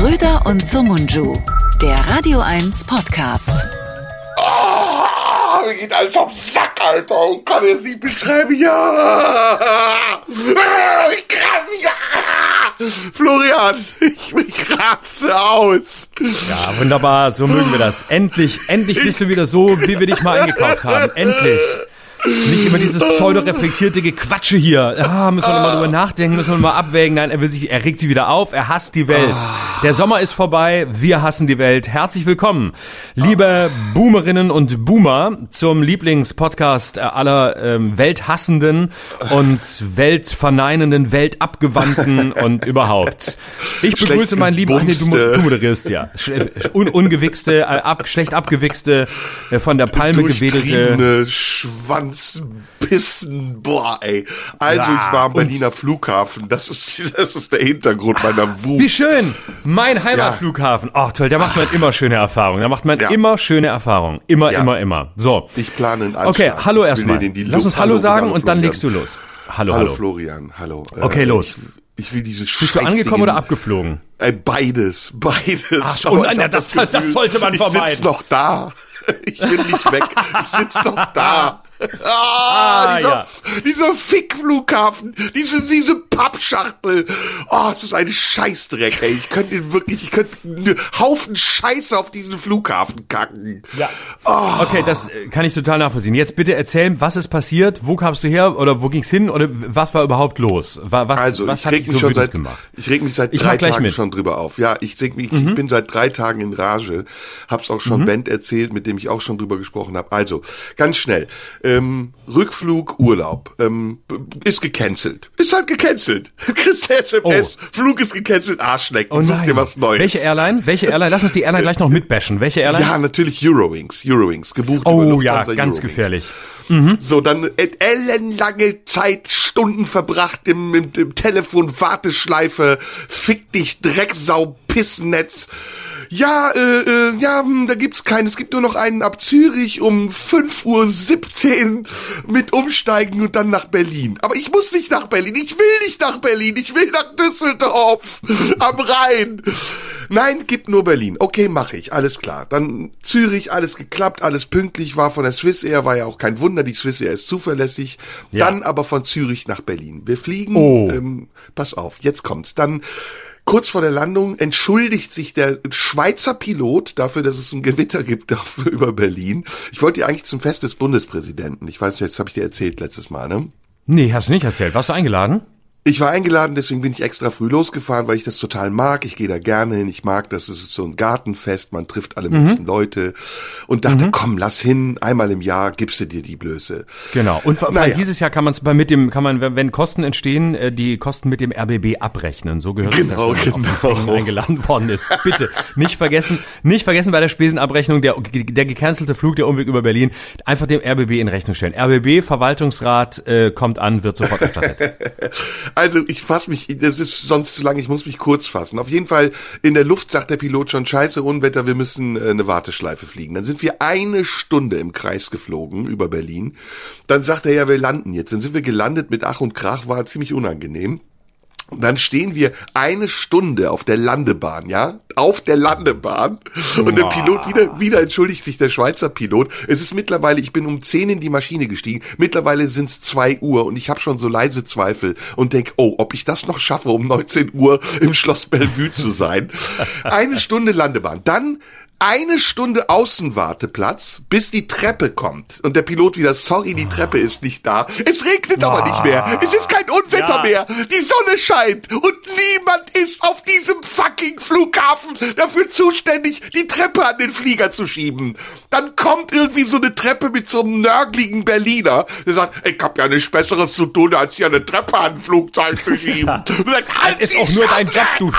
Schröder und Somunju, der Radio 1 Podcast. Mir geht alles auf den Sack, Alter. Ich kann es nicht beschreiben. Ja. Ich raste, ja. Florian, ich raste aus. Ja, wunderbar. So mögen wir das. Endlich bist du wieder so, wie wir dich mal eingekauft haben. Endlich. Nicht immer dieses pseudo-reflektierte Gequatsche hier. Müssen wir mal drüber nachdenken, müssen wir mal abwägen. Nein, er regt sich wieder auf, er hasst die Welt. Der Sommer ist vorbei, wir hassen die Welt. Herzlich willkommen, liebe Boomerinnen und Boomer, zum Lieblingspodcast aller Welthassenden und Weltverneinenden, Weltabgewandten und überhaupt. Ich begrüße meinen lieben... du moderierst ja. Ungewichste, schlecht abgewichste, von der Palme gewedelte... Pissen, boah, ey. Also ich war am Berliner Flughafen. Das ist der Hintergrund meiner Wut. Wie schön. Mein Heimatflughafen. Ach toll, da macht man immer schöne Erfahrungen. Immer. So. Ich plane einen Anschlag. Okay, hallo erstmal. Lass uns Hallo sagen und dann legst du los. Hallo. Florian, hallo. Okay, los. Ich will diese Scheiße. Bist du angekommen oder abgeflogen? Beides. Ach, oh nein, das sollte man vermeiden. Ich sitz noch da. Ich bin nicht weg. Ich sitz noch da. Dieser Fick-Flughafen, diese Pappschachtel. Es ist ein Scheißdreck, ey. Ich könnte einen Haufen Scheiße auf diesen Flughafen kacken. Ja. Okay, das kann ich total nachvollziehen. Jetzt bitte erzählen, was ist passiert? Wo kamst du her? Oder wo ging's hin? Oder was war überhaupt los? Was hat dich so wütend gemacht? Ich reg mich seit 3 Tagen schon drüber auf. Ja, ich bin seit 3 Tagen in Rage. Hab's auch schon Ben erzählt, mit dem ich auch schon drüber gesprochen habe. Also, ganz schnell. Rückflug, Urlaub, ist gecancelt. Ist halt gecancelt. Kriegst eine SMS, Flug ist gecancelt, Arschlecken, such dir was Neues. Welche Airline? Lass uns die Airline gleich noch mitbashen. Welche Airline? Ja, natürlich Eurowings, gebucht über Lufthansa. Oh ja, ganz Eurowings. Gefährlich. So, dann ellenlange Zeit, Stunden verbracht im Telefon-Warteschleife, fick dich, Drecksau, Pissnetz. Da gibt's keinen. Es gibt nur noch einen ab Zürich um 5:17 Uhr mit Umsteigen und dann nach Berlin. Aber ich muss nicht nach Berlin. Ich will nicht nach Berlin. Ich will nach Düsseldorf am Rhein. Nein, gibt nur Berlin. Okay, mache ich. Alles klar. Dann Zürich, alles geklappt, alles pünktlich, war von der Swissair, war ja auch kein Wunder. Die Swissair ist zuverlässig. Ja. Dann aber von Zürich nach Berlin. Wir fliegen, pass auf, jetzt kommt's. Dann kurz vor der Landung entschuldigt sich der Schweizer Pilot dafür, dass es ein Gewitter gibt über Berlin. Ich wollte ja eigentlich zum Fest des Bundespräsidenten. Ich weiß nicht, das habe ich dir erzählt letztes Mal, ne? Nee, hast du nicht erzählt. Warst du eingeladen? Ich war eingeladen, deswegen bin ich extra früh losgefahren, weil ich das total mag. Ich gehe da gerne hin. Ich mag das. Es ist so ein Gartenfest. Man trifft alle möglichen Leute. Und dachte, komm, lass hin. Einmal im Jahr gibst du dir die Blöße. Genau. Und dieses Jahr kann man, wenn Kosten entstehen, die Kosten mit dem RBB abrechnen. So gehört das, wenn man auf den eingeladen worden ist. Bitte. Nicht vergessen bei der Spesenabrechnung, der gecancelte Flug, der Umweg über Berlin, einfach dem RBB in Rechnung stellen. RBB, Verwaltungsrat, kommt an, wird sofort erstattet. Also das ist sonst zu lang, ich muss mich kurz fassen. Auf jeden Fall, in der Luft sagt der Pilot schon, scheiße, Unwetter, wir müssen eine Warteschleife fliegen. Dann sind wir 1 Stunde im Kreis geflogen über Berlin. Dann sagt er, ja, wir landen jetzt. Dann sind wir gelandet mit Ach und Krach, war ziemlich unangenehm. Und dann stehen wir 1 Stunde auf der Landebahn, ja? Auf der Landebahn. Und der Pilot wieder entschuldigt sich, der Schweizer Pilot. Es ist mittlerweile, ich bin um 10 in die Maschine gestiegen. Mittlerweile sind es 2 Uhr und ich habe schon so leise Zweifel und denk, ob ich das noch schaffe, um 19 Uhr im Schloss Bellevue zu sein. 1 Stunde Landebahn. Dann 1 Stunde Außenwarteplatz, bis die Treppe kommt. Und der Pilot wieder, sorry, die Treppe ist nicht da. Es regnet aber nicht mehr. Es ist kein Unwetter mehr. Die Sonne scheint. Und niemand ist auf diesem fucking Flughafen dafür zuständig, die Treppe an den Flieger zu schieben. Dann kommt irgendwie so eine Treppe mit so einem nörgligen Berliner, der sagt, ich hab ja nichts Besseres zu tun, als hier eine Treppe an ein Flugzeug zu schieben. Und sagt, halt, das ist auch nur dein Job, du.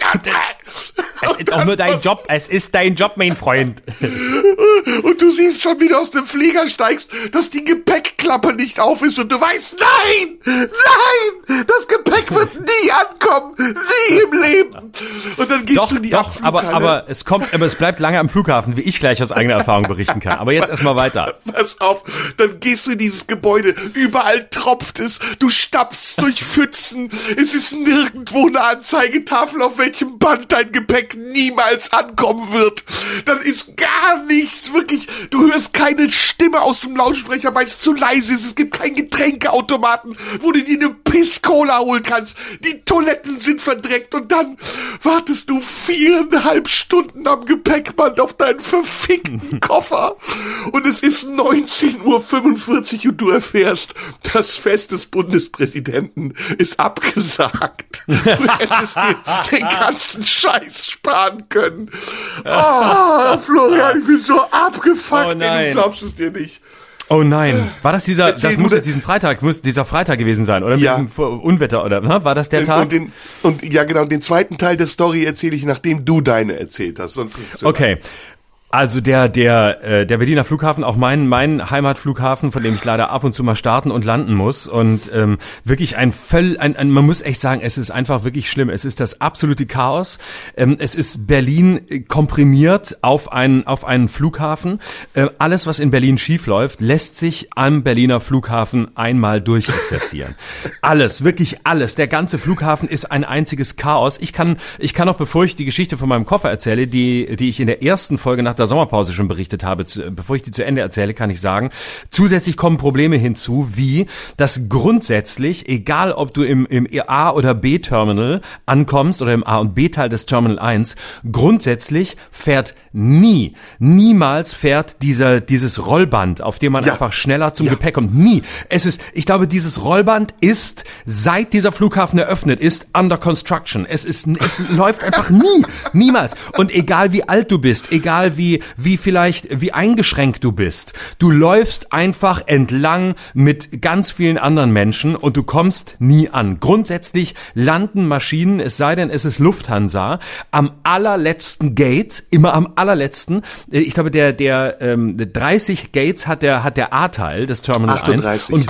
Es ist auch nur dein Job. Es ist dein Job, mein Freund. Und du siehst schon, wie du aus dem Flieger steigst, dass die Gepäckklappe nicht auf ist und du weißt, nein, das Gepäck wird nie ankommen, nie im Leben. Und dann gehst du in die Abflughalle. Aber es bleibt lange am Flughafen, wie ich gleich aus eigener Erfahrung berichten kann. Aber jetzt erstmal weiter. Pass auf, dann gehst du in dieses Gebäude, überall tropft es, du stapfst durch Pfützen, es ist nirgendwo eine Anzeigetafel, auf welchem Band dein Gepäck Gepäck niemals ankommen wird. Dann ist gar nichts, wirklich, du hörst keine Stimme aus dem Lautsprecher, weil es zu leise ist. Es gibt keinen Getränkeautomaten, wo du dir eine Piss-Cola holen kannst. Die Toiletten sind verdreckt und dann wartest du 4,5 Stunden am Gepäckband auf deinen verfickten Koffer. Und es ist 19:45 Uhr und du erfährst, das Fest des Bundespräsidenten ist abgesagt. Du hättest dir den ganzen Scheiß sparen können. Oh, Florian, ich bin so abgefuckt, ey, du glaubst es dir nicht. Oh nein, war das dieser Freitag gewesen sein, oder? Ja. Mit diesem Unwetter, oder? War das der Tag? Den zweiten Teil der Story erzähle ich, nachdem du deine erzählt hast, sonst ist es zu Okay. Also der Berliner Flughafen, auch mein Heimatflughafen, von dem ich leider ab und zu mal starten und landen muss, und wirklich man muss echt sagen, es ist einfach wirklich schlimm. Es ist das absolute Chaos. Es ist Berlin komprimiert auf einen Flughafen. Alles, was in Berlin schief läuft, lässt sich am Berliner Flughafen einmal durchexerzieren. Alles, wirklich alles. Der ganze Flughafen ist ein einziges Chaos. Ich kann auch, bevor ich die Geschichte von meinem Koffer erzähle, die ich in der ersten Folge nach der Sommerpause schon berichtet habe, bevor ich die zu Ende erzähle, kann ich sagen, zusätzlich kommen Probleme hinzu, wie, dass grundsätzlich, egal ob du im A- oder B-Terminal ankommst oder im A- und B-Teil des Terminal 1, grundsätzlich fährt niemals fährt dieses Rollband, auf dem man einfach schneller zum Gepäck kommt. Nie. Ich glaube, dieses Rollband ist, seit dieser Flughafen eröffnet ist, under construction. Es läuft einfach niemals. Und egal wie alt du bist, egal wie eingeschränkt du bist, du läufst einfach entlang mit ganz vielen anderen Menschen und du kommst nie an. Grundsätzlich landen Maschinen, es sei denn, es ist Lufthansa, am allerletzten Gate, immer am allerletzten. Ich glaube, der 30 Gates hat der A-Teil des Terminal 38, 1 und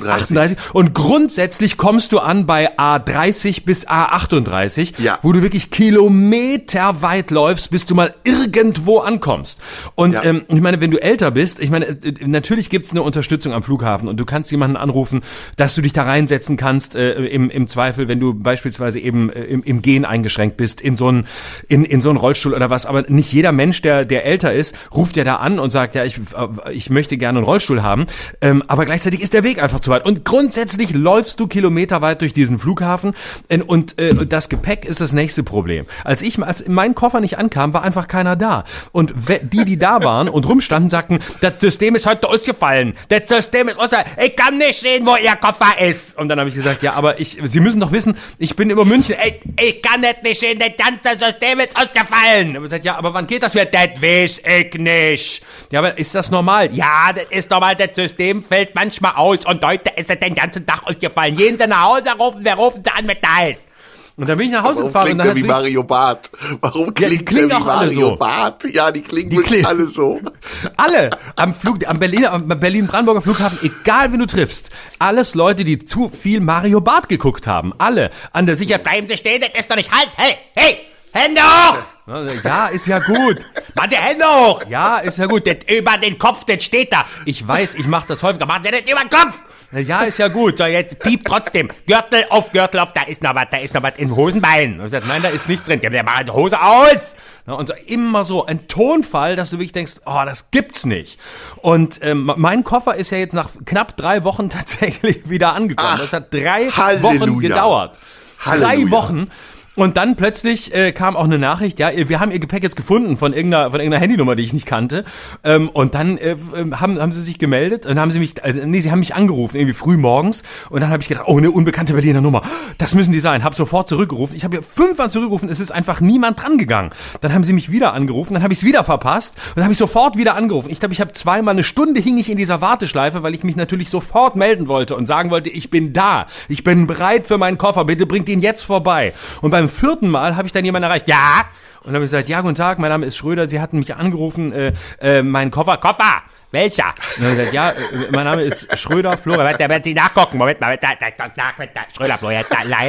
38 und grundsätzlich kommst du an bei A30 bis A38, wo du wirklich kilometerweit läufst, bis du mal irgendwo ankommst. Und ich meine, wenn du älter bist, natürlich gibt's eine Unterstützung am Flughafen und du kannst jemanden anrufen, dass du dich da reinsetzen kannst, im Zweifel, wenn du beispielsweise eben im Gehen eingeschränkt bist, in so einen Rollstuhl oder was. Aber nicht jeder Mensch, der älter ist, ruft ja da an und sagt, ja, ich möchte gerne einen Rollstuhl haben, aber gleichzeitig ist der Weg einfach zu weit. Und grundsätzlich läufst du kilometerweit durch diesen Flughafen und das Gepäck ist das nächste Problem. Als mein Koffer nicht ankam, war einfach keiner da. Und die da waren und rumstanden, sagten, das System ist heute ausgefallen. Das System ist ausgefallen. Ich kann nicht sehen, wo Ihr Koffer ist. Und dann habe ich gesagt, ja, aber Sie müssen doch wissen, ich bin über München. Ich kann nicht sehen, das ganze System ist ausgefallen. Und ich gesagt, ja, aber wann geht das wieder? Das weiß ich nicht. Ja, aber ist das normal? Ja, das ist normal. Das System fällt manchmal aus. Und heute ist es den ganzen Tag ausgefallen. Gehen Sie nach Hause, rufen Sie an, wenn da ist. Und dann bin ich nach Hause gefahren. Warum klingt der wie Mario Barth? Warum klingt der wie Mario Barth? Ja, die klingen wirklich alle so. Alle am Berlin-Brandenburger Flughafen, egal wen du triffst, alles Leute, die zu viel Mario Barth geguckt haben. Alle an der Sicherheit. Bleiben Sie stehen, das ist doch nicht halt. Hey, Hände hoch! Ja, ist ja gut. Mach die Hände hoch! Ja, ist ja gut. Das über den Kopf, das steht da. Ich weiß, ich mache das häufiger. Mach dir das über den Kopf! Ja, ist ja gut. So, jetzt piep trotzdem. Gürtel auf, da ist noch was in Hosenbeinen. Und ich sag, nein, da ist nichts drin. Der macht die Hose aus. Und so immer so ein Tonfall, dass du wirklich denkst, oh, das gibt's nicht. Und mein Koffer ist ja jetzt nach knapp 3 Wochen tatsächlich wieder angekommen. Das hat 3 Wochen gedauert. Halleluja. 3 Wochen. Und dann plötzlich kam auch eine Nachricht, ja, wir haben ihr Gepäck jetzt gefunden von irgendeiner Handynummer, die ich nicht kannte. Und dann haben sie sich gemeldet und sie haben mich angerufen, irgendwie früh morgens. Und dann habe ich gedacht, oh, eine unbekannte Berliner Nummer. Das müssen die sein. Hab sofort zurückgerufen. Ich habe hier 5-mal zurückgerufen, es ist einfach niemand dran gegangen. Dann haben sie mich wieder angerufen, dann habe ich es wieder verpasst und dann habe ich sofort wieder angerufen. Ich glaube, ich habe 2-mal eine Stunde hing ich in dieser Warteschleife, weil ich mich natürlich sofort melden wollte und sagen wollte, ich bin da. Ich bin bereit für meinen Koffer. Bitte bringt ihn jetzt vorbei. Und beim 4. Mal habe ich dann jemanden erreicht. Ja. Und dann habe ich gesagt, ja, guten Tag, mein Name ist Schröder. Sie hatten mich angerufen, mein Koffer. Welcher? Und dann habe ich gesagt, ja, mein Name ist Schröder, Florian. Da werden Sie nachgucken. Moment mal, Schröder, Florian.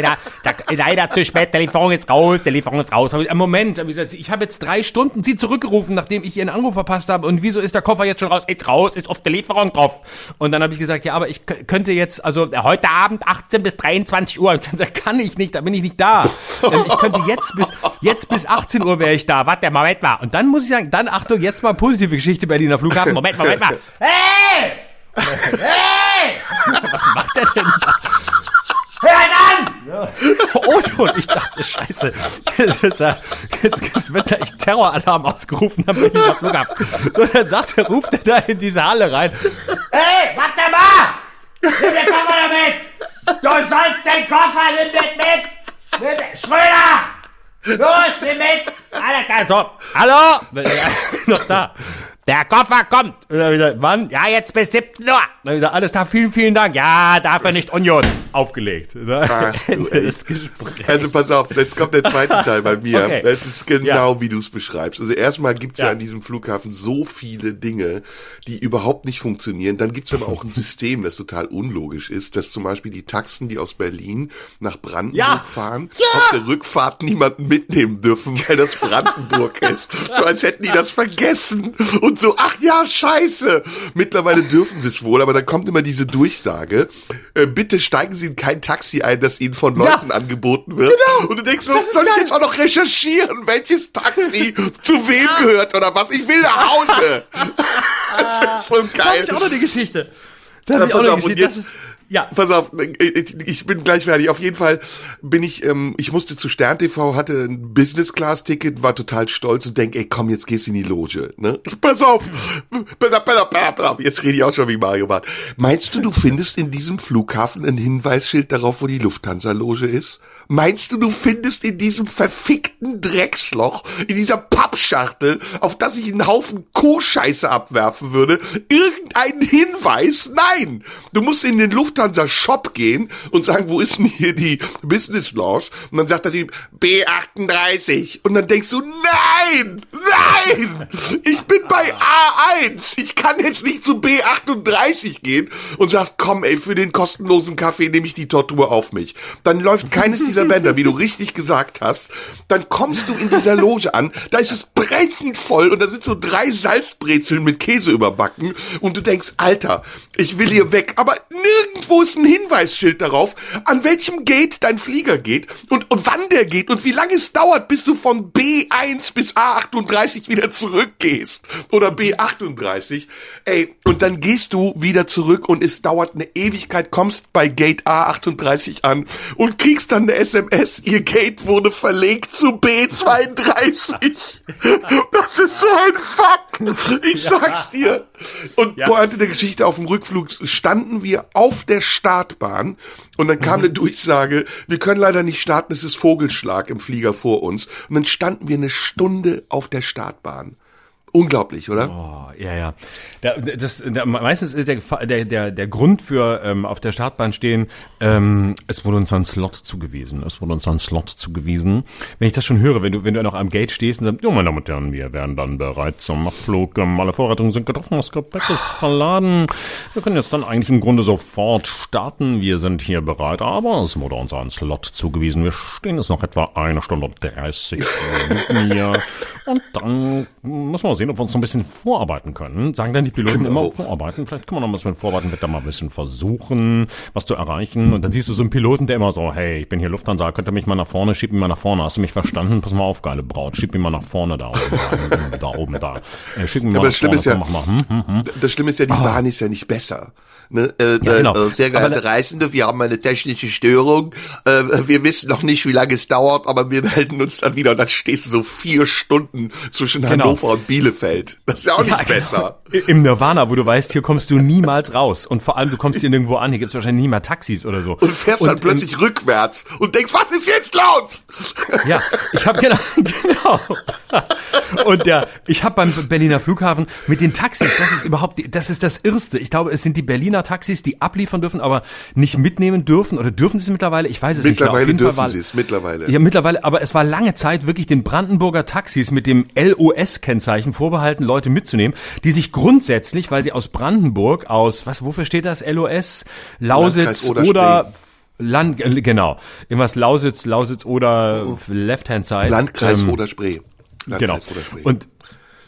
Leider zu spät. Der Lieferung ist raus. Moment, habe ich gesagt, ich habe jetzt 3 Stunden Sie zurückgerufen, nachdem ich Ihren Anruf verpasst habe. Und wieso ist der Koffer jetzt schon raus? Ist raus, ist auf der Lieferung drauf. Und dann habe ich gesagt, ja, aber ich könnte jetzt, also heute Abend 18 bis 23 Uhr. Da kann ich nicht, da bin ich nicht da. Ich könnte jetzt bis 18.30 Uhr wäre ich da. Warte, Moment mal. Und dann muss ich sagen, dann Achtung, jetzt mal positive Geschichte Berliner Flughafen. Moment mal. Hey! Was macht der denn? Hört an! Und ich dachte, scheiße, jetzt wird gleich Terroralarm ausgerufen am Berliner Flughafen. So, dann ruft er da in diese Halle rein. Hey, warte mal! Nimm den Koffer damit! Du sollst den Koffer, nimm den mit! Schröder! Los, nimm mit! So, hallo? Noch da. Der Koffer kommt. Und dann wieder, wann? Ja, jetzt bis 17 Uhr. Dann wieder, alles da, vielen Dank. Ja, dafür nicht Union. Aufgelegt. Ach, das Gespräch. Also pass auf, jetzt kommt der zweite Teil bei mir. Okay. Es ist genau, wie du es beschreibst. Also erstmal gibt's ja an diesem Flughafen so viele Dinge, die überhaupt nicht funktionieren. Dann gibt's aber auch ein System, das total unlogisch ist, dass zum Beispiel die Taxen, die aus Berlin nach Brandenburg fahren, auf der Rückfahrt niemanden mitnehmen dürfen, weil das Brandenburg ist. So als hätten die das vergessen. Und so, ach ja, scheiße. Mittlerweile dürfen sie es wohl, aber dann kommt immer diese Durchsage, bitte steigen Sie in kein Taxi ein, das Ihnen von Leuten angeboten wird. Genau. Und du denkst so, soll ich jetzt auch noch recherchieren, welches Taxi zu wem gehört oder was? Ich will nach Hause. Das ist so geil. Da hab ich auch noch eine Geschichte. Pass auf, ich bin gleich fertig. Auf jeden Fall ich musste zu Stern TV, hatte ein Business-Class-Ticket, war total stolz und denk, ey, komm, jetzt gehst du in die Loge, ne? Pass auf, jetzt rede ich auch schon wie Mario Barth. Meinst du findest in diesem Flughafen ein Hinweisschild darauf, wo die Lufthansa-Loge ist? Meinst du findest in diesem verfickten Drecksloch, in dieser Pappschachtel, auf das ich einen Haufen Kuhscheiße abwerfen würde, irgendeinen Hinweis? Nein! Du musst in den Lufthansa-Shop gehen und sagen, wo ist denn hier die Business Lounge? Und dann sagt der Typ, B38. Und dann denkst du, nein! Ich bin bei A1. Ich kann jetzt nicht zu B38 gehen und sagst, komm ey, für den kostenlosen Kaffee nehme ich die Tortur auf mich. Dann läuft keines dieser Bänder, wie du richtig gesagt hast. Dann kommst du in dieser Loge an, da ist es brechend voll und da sind so 3 Salzbrezeln mit Käse überbacken und du denkst, Alter, ich will hier weg. Aber nirgendwo ist ein Hinweisschild darauf, an welchem Gate dein Flieger geht und wann der geht und wie lange es dauert, bis du von B1 bis A38 wieder zurückgehst. Oder B38. Ey, und dann gehst du wieder zurück und es dauert eine Ewigkeit, kommst bei Gate A38 an und kriegst dann eine SMS, ihr Gate wurde verlegt zu B32. Das ist so ein Fuck. Ich sag's dir. Und Pointe der Geschichte, auf dem Rückflug standen wir auf der Startbahn und dann kam eine Durchsage, wir können leider nicht starten, es ist Vogelschlag im Flieger vor uns. Und dann standen wir eine Stunde auf der Startbahn. Unglaublich, oder? Oh, ja. Meistens ist der Grund für auf der Startbahn stehen, es wurde uns ein Slot zugewiesen. Wenn ich das schon höre, wenn du noch am Gate stehst und sagst, meine Damen und Herren, wir werden dann bereit zum Abflug. Alle Vorbereitungen sind getroffen, das Gepäck ist verladen. Wir können jetzt dann eigentlich im Grunde sofort starten. Wir sind hier bereit, aber es wurde uns ein Slot zugewiesen. Wir stehen jetzt noch etwa 1 Stunde und 30 Minuten hier. Und dann müssen wir sehen, ob wir uns noch ein bisschen vorarbeiten können. Sagen dann die Piloten immer vorarbeiten. Vielleicht kann man noch ein bisschen vorarbeiten, wird da mal ein bisschen versuchen, was zu erreichen. Und dann siehst du so einen Piloten, der immer so, hey, ich bin hier Lufthansa, könnt ihr mich mal nach vorne, schieb mich mal nach vorne. Hast du mich verstanden? Pass mal auf, geile Braut, schieb mich mal nach vorne, da oben. Schieb mich mal nach vorne. Das Schlimme ist ja, die Bahn ist ja nicht besser. Ne? Genau. Sehr geehrte Reisende, wir haben eine technische Störung. Wir wissen noch nicht, wie lange es dauert, aber wir melden uns dann wieder. Und dann stehst du so 4 Stunden zwischen Hannover und Bielefeld. Das ist ja auch nicht besser. Genau. Im Nirvana, wo du weißt, hier kommst du niemals raus. Und vor allem, du kommst hier nirgendwo an. Hier gibt's wahrscheinlich nie mehr Taxis oder so. Und fährst dann plötzlich rückwärts und denkst, was ist jetzt los? Ja, ich habe genau. Und ich habe beim Berliner Flughafen mit den Taxis, das ist das Irrste. Ich glaube, es sind die Berliner Taxis, die abliefern dürfen, aber nicht mitnehmen dürfen. Oder dürfen sie es mittlerweile? Ich weiß es nicht. Mittlerweile dürfen sie es, mittlerweile. Ja, mittlerweile, aber es war lange Zeit wirklich den Brandenburger Taxis mit dem LOS-Kennzeichen vorbehalten, Leute mitzunehmen, die sich grundsätzlich, weil sie aus Brandenburg, wofür steht das? LOS? Lausitz oder genau. Irgendwas Lausitz oder Left-Hand Side. Landkreis oder Spree. Genau. Und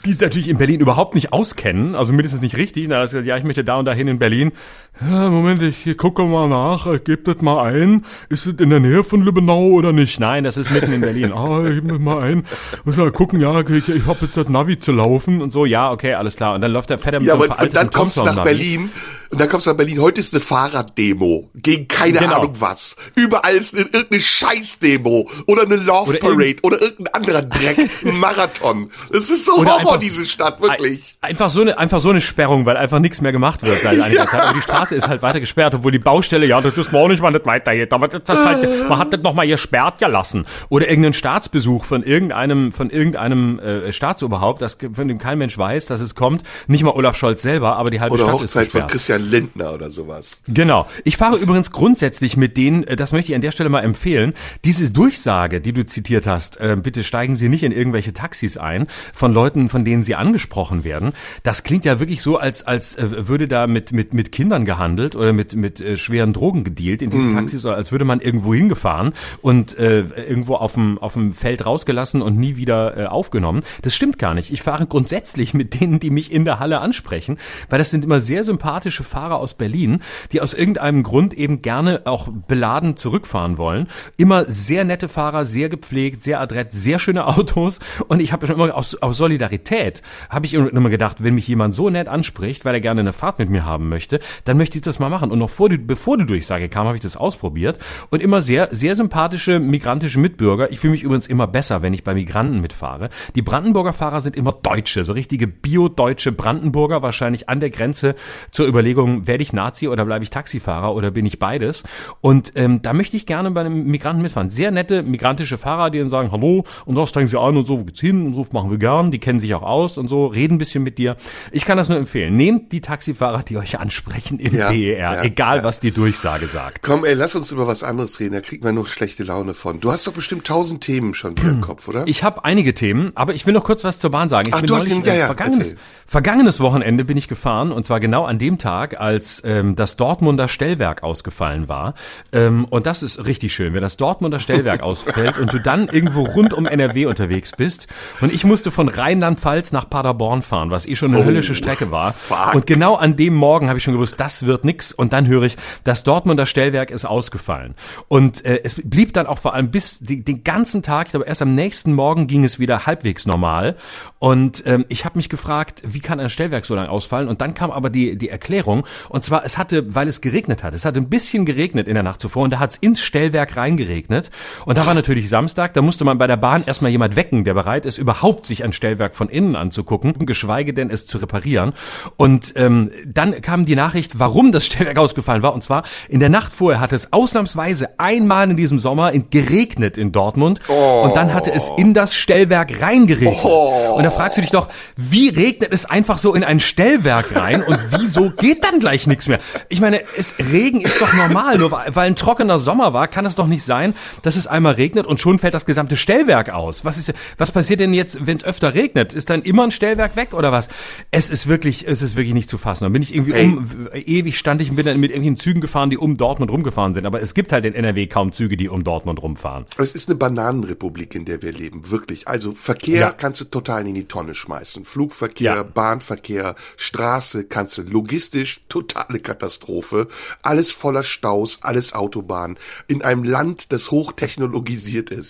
die natürlich in Berlin überhaupt nicht auskennen, also mindestens nicht richtig. Da hat gesagt, ja, ich möchte da und dahin in Berlin. Ja, Moment, ich gucke mal nach, gebe das mal ein. Ist es in der Nähe von Lübbenau oder nicht? Nein, das ist mitten in Berlin. Ich gebe das mal ein. Muss mal gucken, ja, ich habe jetzt das Navi zu laufen und so. Ja, okay, alles klar. Und dann läuft der Vetter mit so einem veralteten und dann kommst du nach Berlin. Und dann kommst du nach Berlin. Heute ist eine Fahrraddemo gegen keine Ahnung was. Überall ist irgendeine Scheißdemo oder eine Love Parade oder irgendein anderer Dreck. Ein Marathon. Es ist so Horror, diese Stadt, wirklich. Einfach so eine Sperrung, weil einfach nichts mehr gemacht wird seit einiger Zeit. Aber die Straße ist halt weiter gesperrt, obwohl die Baustelle, ja, das ist auch nicht mal nicht weitergeht. Aber das halt, man hat das nochmal gesperrt gelassen. Oder irgendeinen Staatsbesuch von irgendeinem Staatsoberhaupt, von dem kein Mensch weiß, dass es kommt. Nicht mal Olaf Scholz selber, aber die halbe Stadt ist gesperrt. Oder Hochzeit von Christian Lindner oder sowas. Genau. Ich fahre übrigens grundsätzlich mit denen, das möchte ich an der Stelle mal empfehlen, diese Durchsage, die du zitiert hast, bitte steigen Sie nicht in irgendwelche Taxis ein, von Leuten, von denen Sie angesprochen werden. Das klingt ja wirklich so, als würde da mit Kindern gehandelt oder mit schweren Drogen gedealt in diesen Taxis, oder als würde man irgendwo hingefahren und irgendwo auf dem Feld rausgelassen und nie wieder aufgenommen. Das stimmt gar nicht. Ich fahre grundsätzlich mit denen, die mich in der Halle ansprechen, weil das sind immer sehr sympathische Fahrer aus Berlin, die aus irgendeinem Grund eben gerne auch beladen zurückfahren wollen. Immer sehr nette Fahrer, sehr gepflegt, sehr adrett, sehr schöne Autos. Und ich habe schon immer aus Solidarität habe ich immer gedacht, wenn mich jemand so nett anspricht, weil er gerne eine Fahrt mit mir haben möchte, dann möchte ich das mal machen. Und noch bevor die Durchsage kam, habe ich das ausprobiert. Und immer sehr, sehr sympathische migrantische Mitbürger. Ich fühle mich übrigens immer besser, wenn ich bei Migranten mitfahre. Die Brandenburger Fahrer sind immer Deutsche, so richtige bio-deutsche Brandenburger, wahrscheinlich an der Grenze zur Überlegung, werde ich Nazi oder bleibe ich Taxifahrer oder bin ich beides? Und da möchte ich gerne bei einem Migranten mitfahren. Sehr nette migrantische Fahrer, die dann sagen, hallo, und da steigen sie an und so, wo geht's hin? Und so machen wir gern, die kennen sich auch aus und so, reden ein bisschen mit dir. Ich kann das nur empfehlen. Nehmt die Taxifahrer, die euch ansprechen im BER, egal was die Durchsage sagt. Komm, lass uns über was anderes reden, da kriegt man nur schlechte Laune von. Du hast doch bestimmt 1000 Themen schon wieder im Kopf, oder? Ich habe einige Themen, aber ich will noch kurz was zur Bahn sagen. Ich bin neulich, vergangenes Wochenende bin ich gefahren, und zwar genau an dem Tag, als das Dortmunder Stellwerk ausgefallen war. Und das ist richtig schön, wenn das Dortmunder Stellwerk ausfällt und du dann irgendwo rund um NRW unterwegs bist. Und ich musste von Rheinland-Pfalz nach Paderborn fahren, was schon eine höllische Strecke war. Fuck. Und genau an dem Morgen habe ich schon gewusst, das wird nix. Und dann höre ich, das Dortmunder Stellwerk ist ausgefallen. Und es blieb dann auch vor allem bis den ganzen Tag, ich glaube erst am nächsten Morgen ging es wieder halbwegs normal. Und ich habe mich gefragt, wie kann ein Stellwerk so lange ausfallen? Und dann kam aber die Erklärung. Und zwar, weil es geregnet hat. Es hat ein bisschen geregnet in der Nacht zuvor und da hat es ins Stellwerk reingeregnet. Und da war natürlich Samstag, da musste man bei der Bahn erstmal jemand wecken, der bereit ist, überhaupt sich ein Stellwerk von innen anzugucken, geschweige denn es zu reparieren. Und dann kam die Nachricht, warum das Stellwerk ausgefallen war. Und zwar in der Nacht vorher hat es ausnahmsweise einmal in diesem Sommer geregnet in Dortmund. Und dann hatte es in das Stellwerk reingeregnet. Und da fragst du dich doch, wie regnet es einfach so in ein Stellwerk rein und wieso geht dann gleich nichts mehr? Ich meine, Regen ist doch normal, nur weil ein trockener Sommer war, kann es doch nicht sein, dass es einmal regnet und schon fällt das gesamte Stellwerk aus. Was passiert denn jetzt, wenn es öfter regnet? Ist dann immer ein Stellwerk weg oder was? Es ist wirklich nicht zu fassen. Dann bin ich irgendwie bin dann mit irgendwelchen Zügen gefahren, die um Dortmund rumgefahren sind. Aber es gibt halt in NRW kaum Züge, die um Dortmund rumfahren. Es ist eine Bananenrepublik, in der wir leben, wirklich. Also Verkehr kannst du total in die Tonne schmeißen. Flugverkehr, Bahnverkehr, Straße kannst du logistisch totale Katastrophe. Alles voller Staus, alles Autobahn. In einem Land, das hochtechnologisiert ist,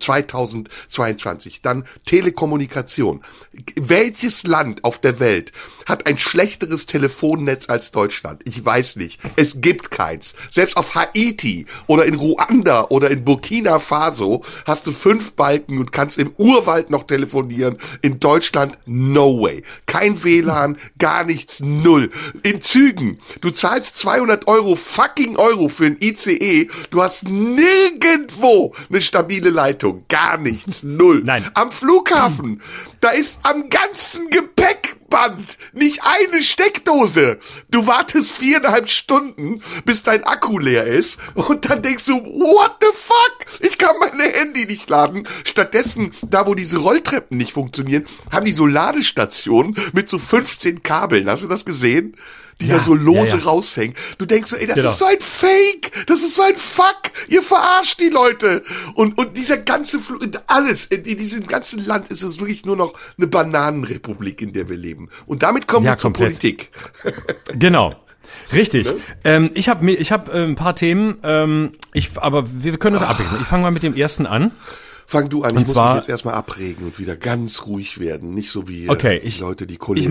2022. Dann Telekommunikation. Welches Land auf der Welt hat ein schlechteres Telefonnetz als Deutschland? Ich weiß nicht. Es gibt keins. Selbst auf Haiti oder in Ruanda oder in Burkina Faso hast du 5 Balken und kannst im Urwald noch telefonieren. In Deutschland, no way. Kein WLAN, gar nichts, null. In Zügen, du zahlst 200 fucking Euro für ein ICE. Du hast nirgendwo eine stabile Leitung. Gar nichts, null. Nein. Am Flughafen, da ist am ganzen Gepäckband nicht eine Steckdose. Du wartest 4,5 Stunden, bis dein Akku leer ist und dann denkst du, what the fuck? Ich kann mein Handy nicht laden. Stattdessen, da wo diese Rolltreppen nicht funktionieren, haben die so Ladestationen mit so 15 Kabeln. Hast du das gesehen? die da so lose raushängen. Du denkst so, ey, das ist so ein Fake, das ist so ein Fuck, ihr verarscht die Leute. Und dieser ganze alles, in diesem ganzen Land ist es wirklich nur noch eine Bananenrepublik, in der wir leben. Und damit kommen wir zur Politik. Genau. Richtig. Ne? Ich hab ein paar Themen, aber wir können das abwechseln. Ich fange mal mit dem ersten an. Fang du an, ich muss mich jetzt erstmal abregen und wieder ganz ruhig werden, nicht so wie Leute, die cholerisch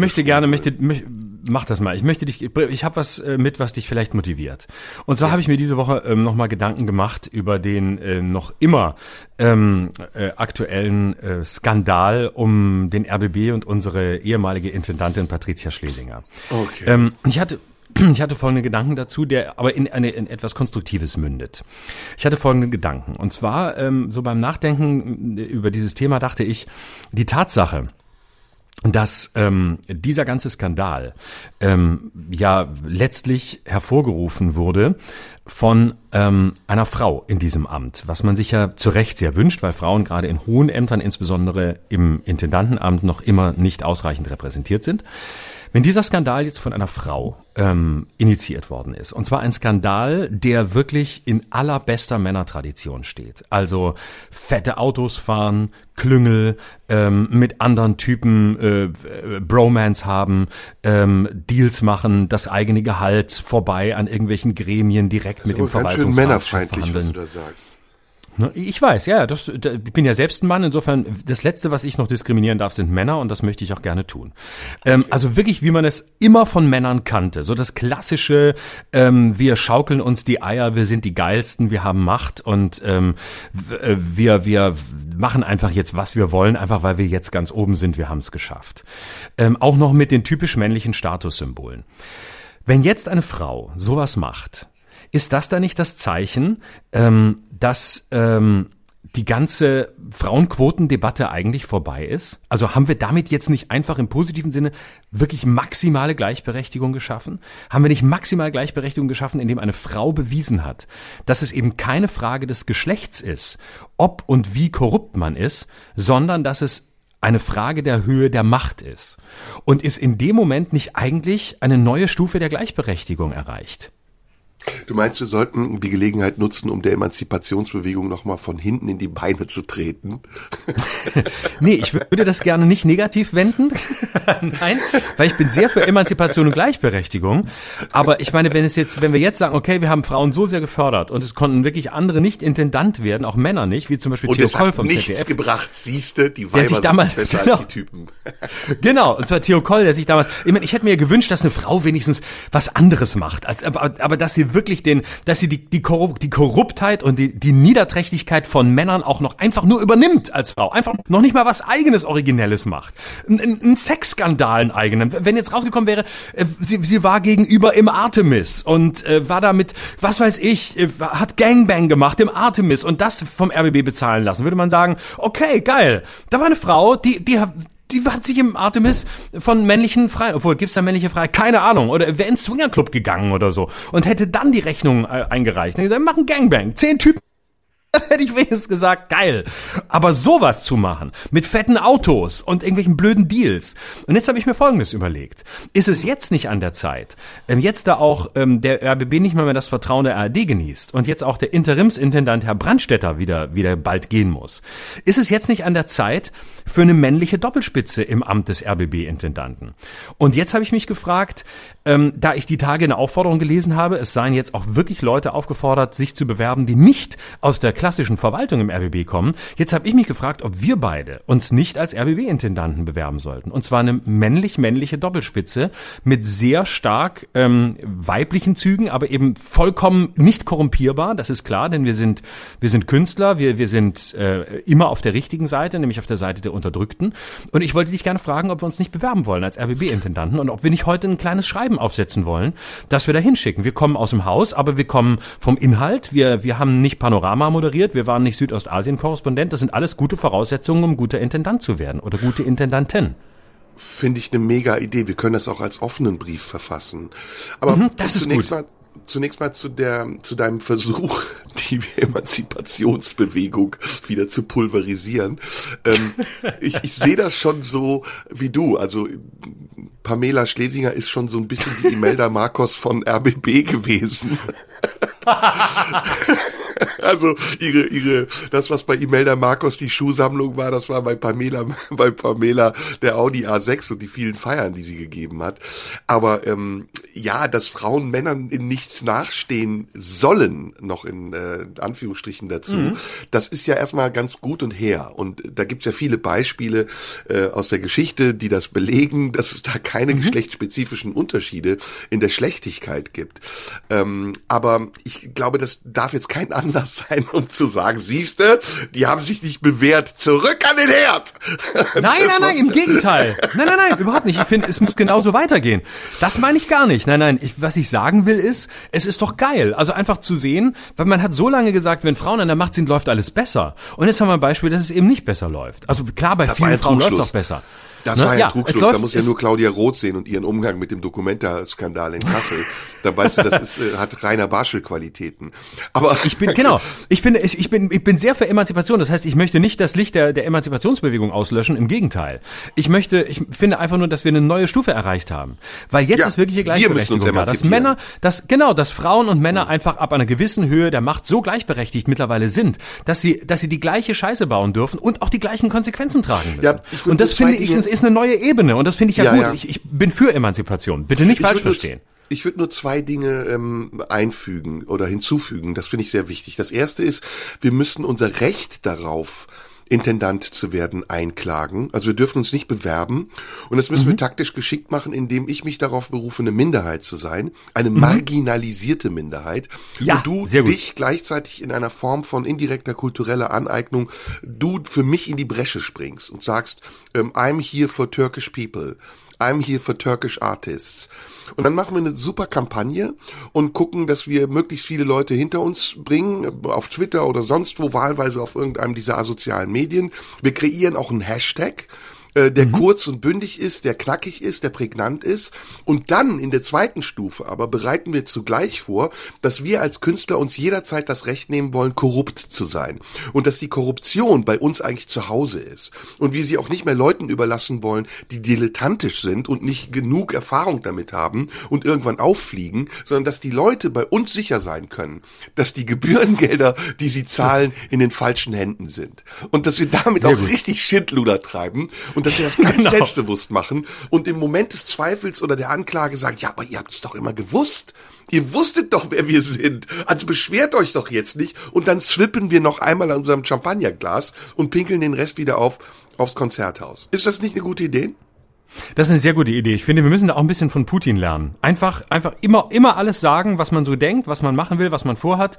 mach das mal. Ich habe was mit, was dich vielleicht motiviert. Und zwar habe ich mir diese Woche nochmal Gedanken gemacht über den noch immer aktuellen Skandal um den RBB und unsere ehemalige Intendantin Patricia Schlesinger. Okay. Ich hatte folgende Gedanken dazu, der aber in etwas Konstruktives mündet. Ich hatte folgende Gedanken. Und zwar, so beim Nachdenken über dieses Thema dachte ich, die Tatsache, dass dieser ganze Skandal ja letztlich hervorgerufen wurde von einer Frau in diesem Amt, was man sich ja zu Recht sehr wünscht, weil Frauen gerade in hohen Ämtern, insbesondere im Intendantenamt, noch immer nicht ausreichend repräsentiert sind. Wenn dieser Skandal jetzt von einer Frau initiiert worden ist, und zwar ein Skandal, der wirklich in allerbester Männertradition steht, also fette Autos fahren, Klüngel, mit anderen Typen Bromance haben, Deals machen, das eigene Gehalt vorbei an irgendwelchen Gremien direkt mit dem Verwaltungsrat ganz schön männerfeindlich, was du da sagst. Ich weiß, ja, ich bin ja selbst ein Mann, insofern das Letzte, was ich noch diskriminieren darf, sind Männer und das möchte ich auch gerne tun. Also wirklich, wie man es immer von Männern kannte, so das klassische, wir schaukeln uns die Eier, wir sind die Geilsten, wir haben Macht und wir machen einfach jetzt, was wir wollen, einfach weil wir jetzt ganz oben sind, wir haben es geschafft. Auch noch mit den typisch männlichen Statussymbolen. Wenn jetzt eine Frau sowas macht, ist das da nicht das Zeichen, dass die ganze Frauenquotendebatte eigentlich vorbei ist? Also haben wir damit jetzt nicht einfach im positiven Sinne wirklich maximale Gleichberechtigung geschaffen? Haben wir nicht maximale Gleichberechtigung geschaffen, indem eine Frau bewiesen hat, dass es eben keine Frage des Geschlechts ist, ob und wie korrupt man ist, sondern dass es eine Frage der Höhe der Macht ist? Und ist in dem Moment nicht eigentlich eine neue Stufe der Gleichberechtigung erreicht? Du meinst, wir sollten die Gelegenheit nutzen, um der Emanzipationsbewegung nochmal von hinten in die Beine zu treten? Nee, ich würde das gerne nicht negativ wenden. Nein, weil ich bin sehr für Emanzipation und Gleichberechtigung. Aber ich meine, wenn wir jetzt sagen, okay, wir haben Frauen so sehr gefördert und es konnten wirklich andere nicht Intendant werden, auch Männer nicht, wie zum Beispiel Theo Koll vom ZDF. Nichts gebracht, siehste, die Weiber sind nicht besser als die Typen. Genau, und zwar Theo Koll, der sich damals, ich hätte mir gewünscht, dass eine Frau wenigstens was anderes macht, aber dass sie wirklich dass sie die Korruptheit und die Niederträchtigkeit von Männern auch noch einfach nur übernimmt als Frau. Einfach noch nicht mal was eigenes Originelles macht. Ein Sexskandal, einen eigenen. Wenn jetzt rausgekommen wäre, sie war gegenüber im Artemis und war damit, was weiß ich, hat Gangbang gemacht im Artemis und das vom RBB bezahlen lassen, würde man sagen, okay, geil. Da war eine Frau, die hat sich im Artemis von männlichen Freien, obwohl, gibt's da männliche Freie? Keine Ahnung. Oder wäre ins Swingerclub gegangen oder so. Und hätte dann die Rechnung eingereicht. Und gesagt, wir machen Gangbang. 10 Typen. Dann hätte ich wenigstens gesagt, geil. Aber sowas zu machen, mit fetten Autos und irgendwelchen blöden Deals. Und jetzt habe ich mir Folgendes überlegt. Ist es jetzt nicht an der Zeit, jetzt da auch der RBB nicht mehr das Vertrauen der ARD genießt und jetzt auch der Interimsintendant Herr Brandstätter wieder bald gehen muss, ist es jetzt nicht an der Zeit für eine männliche Doppelspitze im Amt des RBB-Intendanten? Und jetzt habe ich mich gefragt, da ich die Tage eine Aufforderung gelesen habe, es seien jetzt auch wirklich Leute aufgefordert, sich zu bewerben, die nicht aus der klassischen Verwaltung im RBB kommen. Jetzt habe ich mich gefragt, ob wir beide uns nicht als RBB-Intendanten bewerben sollten. Und zwar eine männlich-männliche Doppelspitze mit sehr stark weiblichen Zügen, aber eben vollkommen nicht korrumpierbar. Das ist klar, denn wir sind Künstler, wir sind immer auf der richtigen Seite, nämlich auf der Seite der Unterdrückten. Und ich wollte dich gerne fragen, ob wir uns nicht bewerben wollen als RBB-Intendanten und ob wir nicht heute ein kleines Schreiben aufsetzen wollen, das wir da hinschicken. Wir kommen aus dem Haus, aber wir kommen vom Inhalt. Wir haben nicht Panorama moderiert, wir waren nicht Südostasien-Korrespondent. Das sind alles gute Voraussetzungen, um guter Intendant zu werden oder gute Intendantin. Finde ich eine mega Idee. Wir können das auch als offenen Brief verfassen. Aber das ist gut. Zunächst mal zu deinem Versuch, die Emanzipationsbewegung wieder zu pulverisieren. Ich sehe das schon so wie du. Also Pamela Schlesinger ist schon so ein bisschen die Imelda Marcos von RBB gewesen. Also das, was bei Imelda Marcos die Schuhsammlung war, das war bei Pamela der Audi A6 und die vielen Feiern, die sie gegeben hat. Aber ja, dass Frauen Männern in nichts nachstehen sollen, noch in Anführungsstrichen dazu, das ist ja erstmal ganz gut und her. Und da gibt's ja viele Beispiele aus der Geschichte, die das belegen, dass es da keine geschlechtsspezifischen Unterschiede in der Schlechtigkeit gibt. Aber ich glaube, das darf jetzt kein Anlass sein, um zu sagen, siehste, die haben sich nicht bewährt, zurück an den Herd! Nein, im Gegenteil. Nein, überhaupt nicht. Ich finde, es muss genauso weitergehen. Das meine ich gar nicht. Nein, was ich sagen will ist, es ist doch geil. Also einfach zu sehen, weil man hat so lange gesagt, wenn Frauen an der Macht sind, läuft alles besser. Und jetzt haben wir ein Beispiel, dass es eben nicht besser läuft. Also klar, bei vielen Frauen läuft es auch besser. Das war ja ein Trugschluss, da muss ja nur Claudia Roth sehen und ihren Umgang mit dem Documenta-Skandal in Kassel. Da weißt du, das hat Rainer Barschel-Qualitäten. Aber ich bin sehr für Emanzipation. Das heißt, ich möchte nicht das Licht der Emanzipationsbewegung auslöschen. Im Gegenteil. Ich finde einfach nur, dass wir eine neue Stufe erreicht haben. Weil jetzt ist wirkliche Gleichberechtigung da. Dass Frauen und Männer einfach ab einer gewissen Höhe der Macht so gleichberechtigt mittlerweile sind, dass sie die gleiche Scheiße bauen dürfen und auch die gleichen Konsequenzen tragen müssen. Ja, und das finde ich, das ist eine neue Ebene. Und das finde ich gut. Ja. Ich bin für Emanzipation. Bitte nicht falsch verstehen. Ich würde nur zwei Dinge einfügen oder hinzufügen. Das finde ich sehr wichtig. Das erste ist, wir müssen unser Recht darauf, Intendant zu werden, einklagen. Also wir dürfen uns nicht bewerben. Und das müssen wir taktisch geschickt machen, indem ich mich darauf berufe, eine Minderheit zu sein. Eine marginalisierte Minderheit. Ja, und du dich gleichzeitig in einer Form von indirekter kultureller Aneignung, du für mich in die Bresche springst und sagst, I'm here for Turkish people. I'm here for Turkish artists. Und dann machen wir eine super Kampagne und gucken, dass wir möglichst viele Leute hinter uns bringen, auf Twitter oder sonst wo, wahlweise auf irgendeinem dieser asozialen Medien. Wir kreieren auch einen Hashtag, der kurz und bündig ist, der knackig ist, der prägnant ist. Und dann in der zweiten Stufe aber bereiten wir zugleich vor, dass wir als Künstler uns jederzeit das Recht nehmen wollen, korrupt zu sein. Und dass die Korruption bei uns eigentlich zu Hause ist. Und wir sie auch nicht mehr Leuten überlassen wollen, die dilettantisch sind und nicht genug Erfahrung damit haben und irgendwann auffliegen, sondern dass die Leute bei uns sicher sein können, dass die Gebührengelder, die sie zahlen, in den falschen Händen sind. Und dass wir damit auch richtig Schindluder treiben und dass wir das ganz selbstbewusst machen und im Moment des Zweifels oder der Anklage sagen, ja, aber ihr habt es doch immer gewusst. Ihr wusstet doch, wer wir sind. Also beschwert euch doch jetzt nicht. Und dann swippen wir noch einmal an unserem Champagnerglas und pinkeln den Rest wieder aufs Konzerthaus. Ist das nicht eine gute Idee? Das ist eine sehr gute Idee. Ich finde, wir müssen da auch ein bisschen von Putin lernen. Einfach immer alles sagen, was man so denkt, was man machen will, was man vorhat.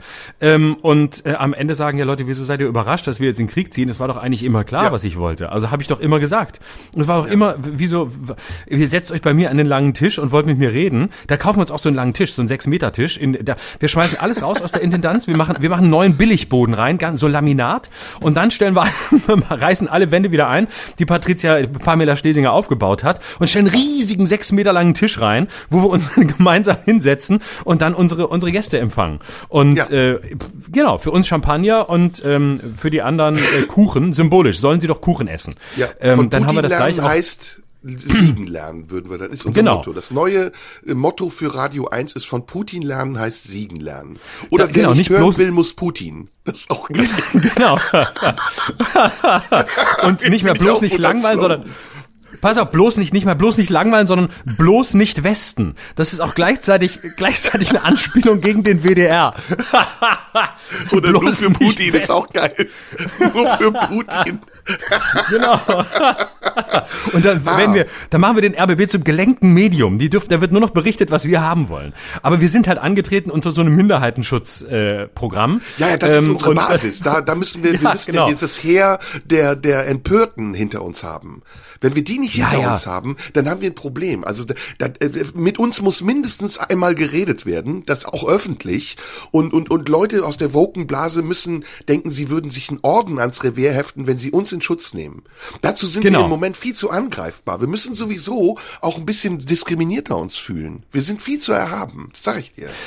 Und am Ende sagen, ja Leute, wieso seid ihr überrascht, dass wir jetzt in den Krieg ziehen? Es war doch eigentlich immer klar, was ich wollte. Also habe ich doch immer gesagt. Und es war doch immer, wieso, ihr setzt euch bei mir an den langen Tisch und wollt mit mir reden. Da kaufen wir uns auch so einen langen Tisch, so einen 6-Meter-Tisch. Wir schmeißen alles raus aus der Intendanz. Wir machen einen neuen Billigboden rein, so Laminat. Und dann reißen alle Wände wieder ein, die Pamela Schlesinger aufgebaut hat und stellen einen riesigen 6 Meter langen Tisch rein, wo wir uns gemeinsam hinsetzen und dann unsere Gäste empfangen. Und genau, für uns Champagner und für die anderen Kuchen, symbolisch, sollen sie doch Kuchen essen. Ja, dann haben wir das gleich auch. Heißt Siegen lernen, würden wir dann, ist unser Motto. Das neue Motto für Radio 1 ist von Putin lernen heißt Siegen lernen. Oder wer nicht hören will, muss Putin. Das ist auch geil. Genau. Und nicht mehr bloß nicht langweilen, sondern pass auf, bloß nicht langweilen, sondern bloß nicht Westen. Das ist auch gleichzeitig eine Anspielung gegen den WDR. Oder bloß nur für Putin, ist auch geil. Nur für Putin. Genau. Und dann machen wir den RBB zum gelenkten Medium. Da wird nur noch berichtet, was wir haben wollen. Aber wir sind halt angetreten unter so einem Minderheitenschutzprogramm. Ja, das ist unsere Basis. Da müssen wir müssen ja dieses Heer der Empörten hinter uns haben. Wenn wir die nicht hinter uns haben, dann haben wir ein Problem. Also mit uns muss mindestens einmal geredet werden, das auch öffentlich. Und Leute aus der Woken-Blase müssen denken, sie würden sich einen Orden ans Revier heften, wenn sie uns in Schutz nehmen. Dazu sind wir im Moment viel zu angreifbar. Wir müssen sowieso auch ein bisschen diskriminierter uns fühlen. Wir sind viel zu erhaben, das sag ich dir.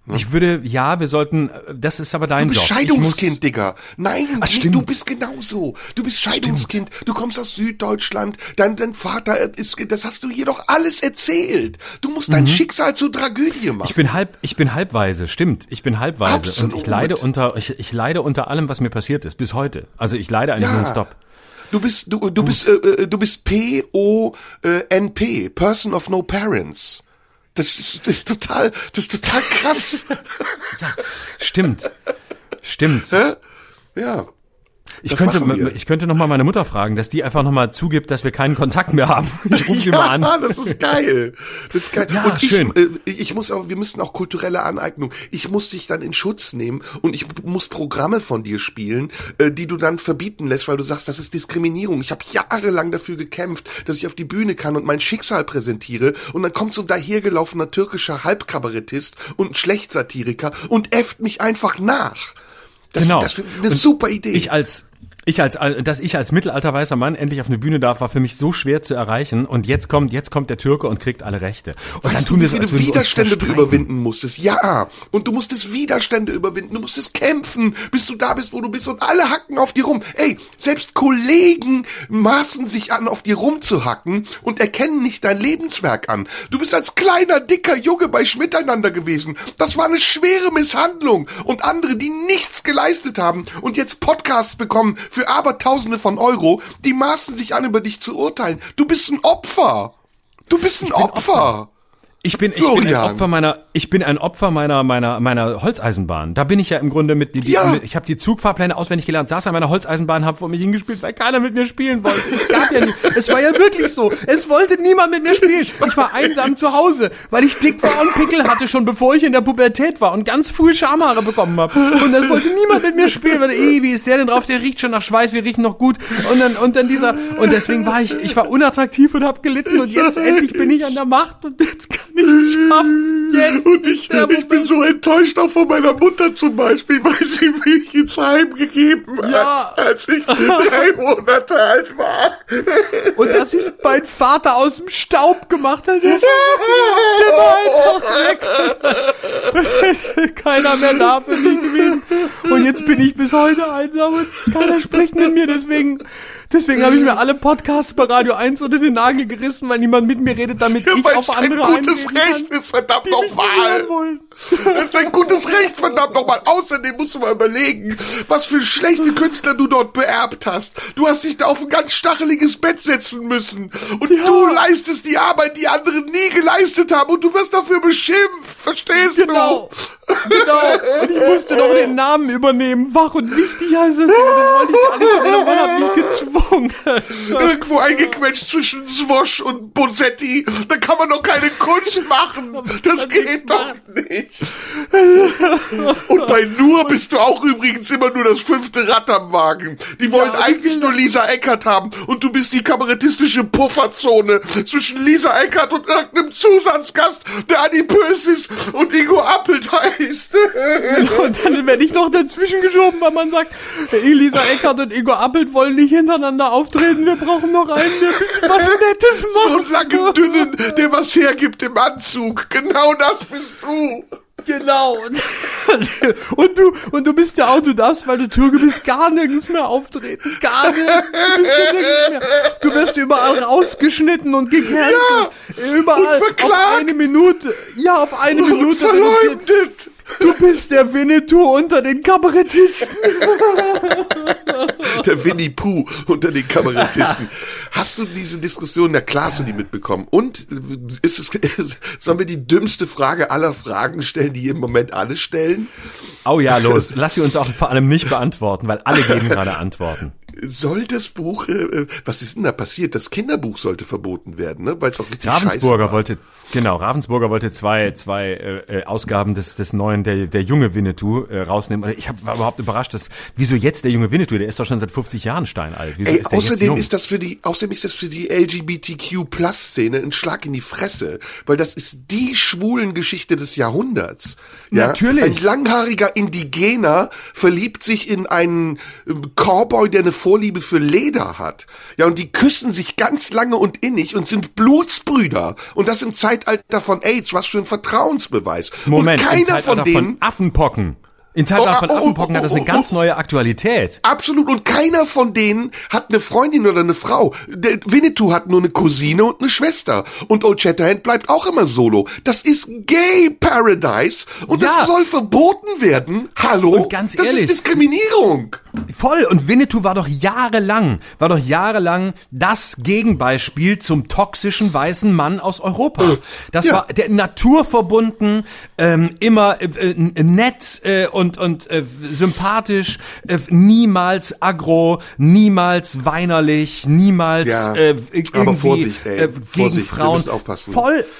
wir sollten, das ist aber dein Job. Du bist Scheidungskind, Digga. Nein, stimmt. du bist genauso. Du bist Scheidungskind. Du kommst aus Süddeutschland. Dein Vater das hast du hier doch alles erzählt. Du musst dein Schicksal zur Tragödie machen. Ich bin halbweise, stimmt. Ich bin halbweise. Absolut. Und ich leide unter allem, was mir passiert ist, bis heute. Also ich leide eigentlich nonstop. Du bist P-O-N-P, Person of No Parents. Das ist total krass. Ja, stimmt. Hä? Ja. Ich könnte noch mal meine Mutter fragen, dass die einfach noch mal zugibt, dass wir keinen Kontakt mehr haben. Ich rufe sie mal an. Ja, das ist geil. Ja, und schön. Wir müssen auch kulturelle Aneignung. Ich muss dich dann in Schutz nehmen und ich muss Programme von dir spielen, die du dann verbieten lässt, weil du sagst, das ist Diskriminierung. Ich habe jahrelang dafür gekämpft, dass ich auf die Bühne kann und mein Schicksal präsentiere und dann kommt so ein dahergelaufener türkischer Halbkabarettist und ein Schlechtsatiriker und äfft mich einfach nach. Das ist eine super Idee. Dass ich als mittelalter weißer Mann endlich auf eine Bühne darf, war für mich so schwer zu erreichen. Und jetzt kommt der Türke und kriegt alle Rechte. Und weißt dann du, wie viele Widerstände du überwinden musstest? Ja. Und du musstest Widerstände überwinden. Du musstest kämpfen, bis du da bist, wo du bist. Und alle hacken auf dir rum. Ey, selbst Kollegen maßen sich an, auf dir rumzuhacken und erkennen nicht dein Lebenswerk an. Du bist als kleiner, dicker Junge bei Schmiteinander gewesen. Das war eine schwere Misshandlung. Und andere, die nichts geleistet haben und jetzt Podcasts bekommen für Abertausende von Euro, die maßen sich an, über dich zu urteilen. Du bist ein Opfer. Ich bin ein Opfer meiner Holzeisenbahn. Da bin ich ja im Grunde ich habe die Zugfahrpläne auswendig gelernt, saß an meiner Holzeisenbahn, hab vor mich hingespielt, weil keiner mit mir spielen wollte. Es war ja wirklich so. Es wollte niemand mit mir spielen. Ich war einsam zu Hause, weil ich dick war und Pickel hatte, schon bevor ich in der Pubertät war und ganz früh Schamhaare bekommen habe. Und dann wollte niemand mit mir spielen, weil wie ist der denn drauf? Der riecht schon nach Schweiß, wir riechen noch gut. Und deswegen war ich war unattraktiv und hab gelitten und jetzt endlich bin ich an der Macht und jetzt kann ich schaffen. Jetzt. Und ich bin so enttäuscht auch von meiner Mutter zum Beispiel, weil sie mich ins Heim gegeben hat, als ich 3 Monate alt war. Und dass ich meinen Vater aus dem Staub gemacht habe, der war einfach weg. Keiner mehr da für mich gewesen. Und jetzt bin ich bis heute einsam und keiner spricht mit mir, deswegen habe ich mir alle Podcasts bei Radio 1 unter den Nagel gerissen, weil niemand mit mir redet, damit ich auf andere ein gutes Recht ist, verdammt nochmal. Das ist ein gutes Recht, verdammt nochmal. Außerdem musst du mal überlegen, was für schlechte Künstler du dort beerbt hast. Du hast dich da auf ein ganz stacheliges Bett setzen müssen. Und du leistest die Arbeit, die andere nie geleistet haben. Und du wirst dafür beschimpft. Verstehst du? Genau. Und ich musste noch den Namen übernehmen. Wach und wichtig heißt es. Das wollte ich gar nicht, aber der Mann hat mich gezwungen. Irgendwo eingequetscht zwischen Swosch und Bosetti. Da kann man doch keine Kunst machen. Das geht doch nicht. Und bei Nur bist du auch übrigens immer nur das 5. Rad am Wagen. Die wollen eigentlich nur Lisa Eckert haben. Und du bist die kabarettistische Pufferzone zwischen Lisa Eckert und irgendeinem Zusatzgast, der adipös ist und Ingo Appelt heißt. Und dann werde ich noch dazwischen geschoben, weil man sagt, Lisa Eckert und Ingo Appelt wollen nicht hintereinander auftreten. Wir brauchen noch einen, der ein bisschen was Nettes macht. So einen langen, dünnen, der was hergibt im Anzug. Genau das bist du. Genau. Und du bist ja auch, du darfst, weil du Türke bist, gar nirgends mehr auftreten. Gar nirgends. Du bist ja nirgends mehr. Du wirst überall rausgeschnitten und gecancelt. Ja, überall. Und verklagt. Auf eine Minute. Ja, auf eine Minute. Verleumdet. Du bist der Winnetou unter den Kabarettisten. Der Winnie Pooh unter den Kabarettisten. Hast du diese Diskussion, na klar hast du die mitbekommen. Und sollen wir die dümmste Frage aller Fragen stellen, die im Moment alle stellen? Oh ja, los. Lass sie uns auch vor allem nicht beantworten, weil alle geben gerade Antworten. Soll das Buch, was ist denn da passiert? Das Kinderbuch sollte verboten werden, ne? Weil es auch richtig Ravensburger scheiße war. Ravensburger wollte zwei Ausgaben des neuen, der junge Winnetou rausnehmen. Und ich war überhaupt überrascht, wieso jetzt der junge Winnetou? Der ist doch schon seit 50 Jahren steinalt. Wieso ist der außerdem jetzt jung? Außerdem ist das für die LGBTQ+-Szene ein Schlag in die Fresse, weil das ist die Schwulengeschichte des Jahrhunderts. Ja? Natürlich. Ein langhaariger Indigener verliebt sich in einen Cowboy, der eine Vorliebe für Leder hat. Ja, und die küssen sich ganz lange und innig und sind Blutsbrüder. Und das im Zeitalter von AIDS, was für ein Vertrauensbeweis. Moment, und keiner im Zeitalter von denen... von Affenpocken. In Zeitalter von Affenpocken hat das eine ganz neue Aktualität. Absolut. Und keiner von denen hat eine Freundin oder eine Frau. Der Winnetou hat nur eine Cousine und eine Schwester. Und Old Shatterhand bleibt auch immer solo. Das ist Gay Paradise. Und das soll verboten werden. Hallo? Und ganz ehrlich, das ist Diskriminierung. Voll. Und Winnetou war doch jahrelang das Gegenbeispiel zum toxischen weißen Mann aus Europa. Das war der naturverbunden, immer nett und sympathisch, niemals aggro, niemals weinerlich, niemals irgendwie aber Vorsicht, gegen Vorsicht, Frauen. wir müssen aufpassen.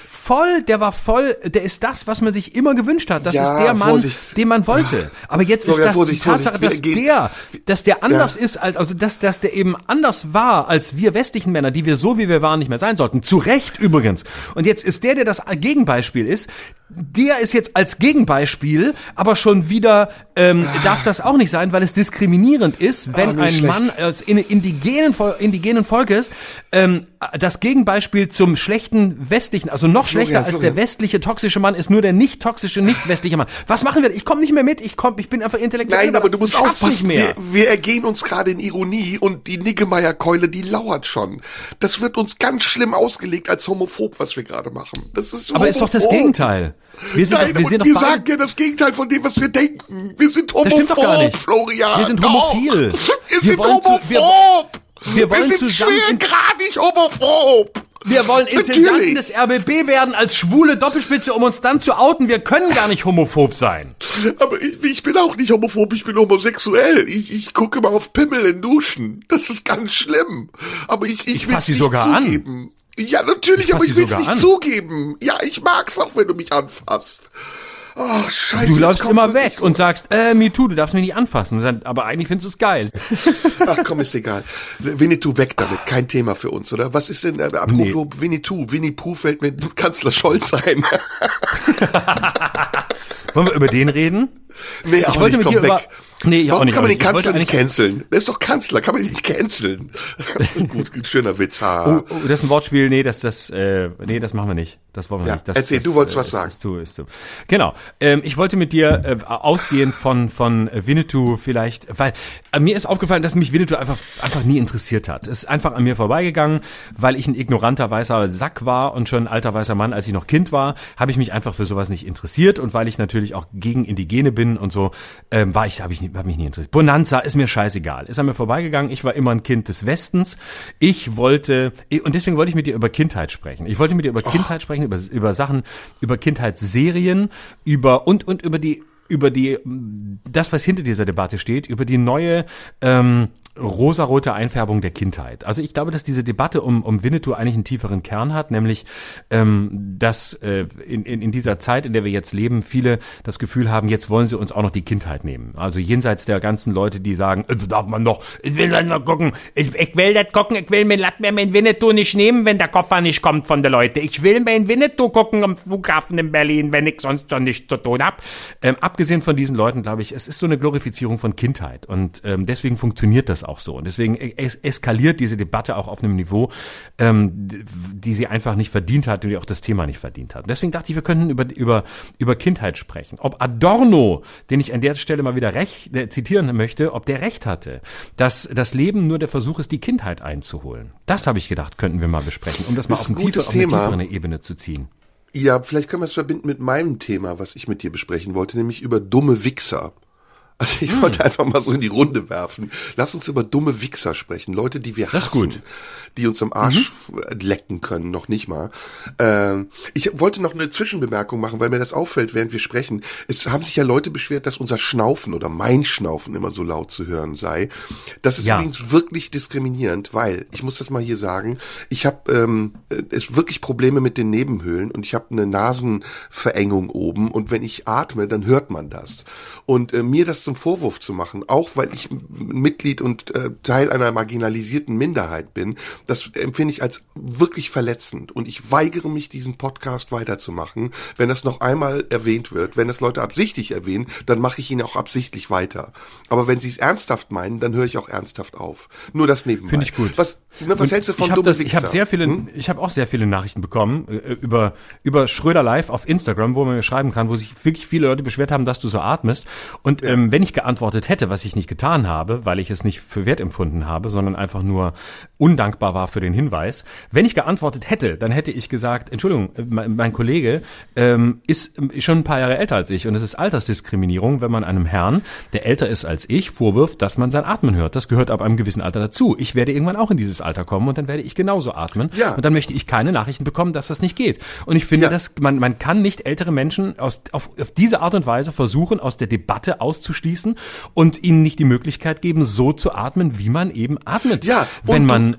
Der ist das, was man sich immer gewünscht hat. Das ist der Mann, den man wollte. Aber jetzt ist das die Tatsache, dass der anders ist, dass der eben anders war, als wir westlichen Männer, die wir so, wie wir waren, nicht mehr sein sollten. Zu Recht übrigens. Und jetzt ist der das Gegenbeispiel ist, der ist jetzt als Gegenbeispiel, aber schon wieder darf das auch nicht sein, weil es diskriminierend ist, wenn ein Mann aus indigenen Volkes das Gegenbeispiel zum schlechten westlichen, also noch schlechter als der westliche toxische Mann ist nur der nicht toxische, nicht westliche Mann. Was machen wir? Ich komme nicht mehr mit, ich bin einfach intellektuell. Nein, aber du musst aufpassen, mehr. Wir ergehen uns gerade in Ironie und die Niggemeier-Keule, die lauert schon. Das wird uns ganz schlimm ausgelegt als homophob, was wir gerade machen. Das ist homophob. Aber ist doch das Gegenteil. Wir sagen ja das Gegenteil von dem, was wir denken. Wir sind homophob, das stimmt doch gar nicht. Florian. Wir sind homophil. Wir sind homophob. Wir sind schwergradig homophob. Wir wollen Intendanten des RBB werden als schwule Doppelspitze, um uns dann zu outen. Wir können gar nicht homophob sein. Aber ich bin auch nicht homophob, ich bin homosexuell. Ich gucke mal auf Pimmel in Duschen. Das ist ganz schlimm. Aber ich will es nicht zugeben. Ja, natürlich, aber ich will es nicht zugeben. Ja, ich mag's auch, wenn du mich anfasst. Oh, scheiße. Du läufst immer weg und sagst, me too, du darfst mich nicht anfassen. Aber eigentlich findest du es geil. Ach komm, ist egal. Winnetou weg damit, kein Thema für uns, oder? Was ist denn, apropos Winnetou, Winnie Pooh fällt mit Kanzler Scholz ein. Wollen wir über den reden? Nee, auch nicht, komm weg. Nee, Warum kann man den Kanzler nicht canceln? Der ist doch Kanzler, kann man ihn nicht canceln. Gut, schöner Witz. Oh, das ist ein Wortspiel, nee, das machen wir nicht. Das wollen wir nicht. Erzähl, du wolltest was sagen. Ist du. Genau. Ich wollte mit dir ausgehend von Winnetou vielleicht, weil mir ist aufgefallen, dass mich Winnetou einfach nie interessiert hat. Es ist einfach an mir vorbeigegangen, weil ich ein ignoranter weißer Sack war und schon ein alter weißer Mann, als ich noch Kind war, habe ich mich einfach für sowas nicht interessiert und weil ich natürlich auch gegen Indigene bin und so, habe mich nie interessiert. Bonanza ist mir scheißegal. Ist an mir vorbeigegangen. Ich war immer ein Kind des Westens. Und deswegen wollte ich mit dir über Kindheit sprechen. Ich wollte mit dir über Kindheit sprechen, über Sachen, über Kindheitsserien, über das, was hinter dieser Debatte steht, über die neue rosarote Einfärbung der Kindheit. Also ich glaube, dass diese Debatte um Winnetou eigentlich einen tieferen Kern hat, nämlich dass in dieser Zeit, in der wir jetzt leben, viele das Gefühl haben, jetzt wollen sie uns auch noch die Kindheit nehmen. Also jenseits der ganzen Leute, die sagen, so darf man doch, ich will das noch gucken, ich will das gucken, lass mir mein Winnetou nicht nehmen, wenn der Koffer nicht kommt von den Leuten. Ich will mein Winnetou gucken am Flughafen in Berlin, wenn ich sonst schon nichts zu tun habe. Abgesehen von diesen Leuten, glaube ich, es ist so eine Glorifizierung von Kindheit und deswegen funktioniert das auch so und deswegen eskaliert diese Debatte auch auf einem Niveau, die sie einfach nicht verdient hat und die auch das Thema nicht verdient hat. Und deswegen dachte ich, wir könnten über Kindheit sprechen. Ob Adorno, den ich an der Stelle mal wieder zitieren möchte, ob der recht hatte, dass das Leben nur der Versuch ist, die Kindheit einzuholen. Das habe ich gedacht, könnten wir mal besprechen, um das mal auf eine tiefere Ebene zu ziehen. Ja, vielleicht können wir es verbinden mit meinem Thema, was ich mit dir besprechen wollte, nämlich über dumme Wichser. Also ich wollte einfach mal so in die Runde werfen. Lass uns über dumme Wichser sprechen. Leute, die wir hassen, die uns am Arsch lecken können, noch nicht mal. Ich wollte noch eine Zwischenbemerkung machen, weil mir das auffällt, während wir sprechen. Es haben sich ja Leute beschwert, dass unser Schnaufen oder mein Schnaufen immer so laut zu hören sei. Das ist übrigens wirklich diskriminierend, weil, ich muss das mal hier sagen, ich habe wirklich Probleme mit den Nebenhöhlen und ich habe eine Nasenverengung oben und wenn ich atme, dann hört man das. Und mir das zum zum Vorwurf zu machen, auch weil ich Mitglied und Teil einer marginalisierten Minderheit bin, das empfinde ich als wirklich verletzend. Und ich weigere mich, diesen Podcast weiterzumachen. Wenn das noch einmal erwähnt wird, wenn das Leute absichtlich erwähnen, dann mache ich ihn auch absichtlich weiter. Aber wenn sie es ernsthaft meinen, dann höre ich auch ernsthaft auf. Nur das nebenbei. Finde ich gut. Was hältst du von dumme Wichser? Ich habe auch sehr viele Nachrichten bekommen über Schröder Live auf Instagram, wo man mir schreiben kann, wo sich wirklich viele Leute beschwert haben, dass du so atmest. Und wenn ich geantwortet hätte, was ich nicht getan habe, weil ich es nicht für wert empfunden habe, sondern einfach nur undankbar war für den Hinweis, wenn ich geantwortet hätte, dann hätte ich gesagt, Entschuldigung, mein Kollege ist schon ein paar Jahre älter als ich und es ist Altersdiskriminierung, wenn man einem Herrn, der älter ist als ich, vorwirft, dass man sein Atmen hört. Das gehört ab einem gewissen Alter dazu. Ich werde irgendwann auch in dieses Alter kommen und dann werde ich genauso atmen. Ja. Und dann möchte ich keine Nachrichten bekommen, dass das nicht geht. Und ich finde, dass man kann nicht ältere Menschen auf diese Art und Weise versuchen, aus der Debatte auszuschließen und ihnen nicht die Möglichkeit geben, so zu atmen, wie man eben atmet, wenn man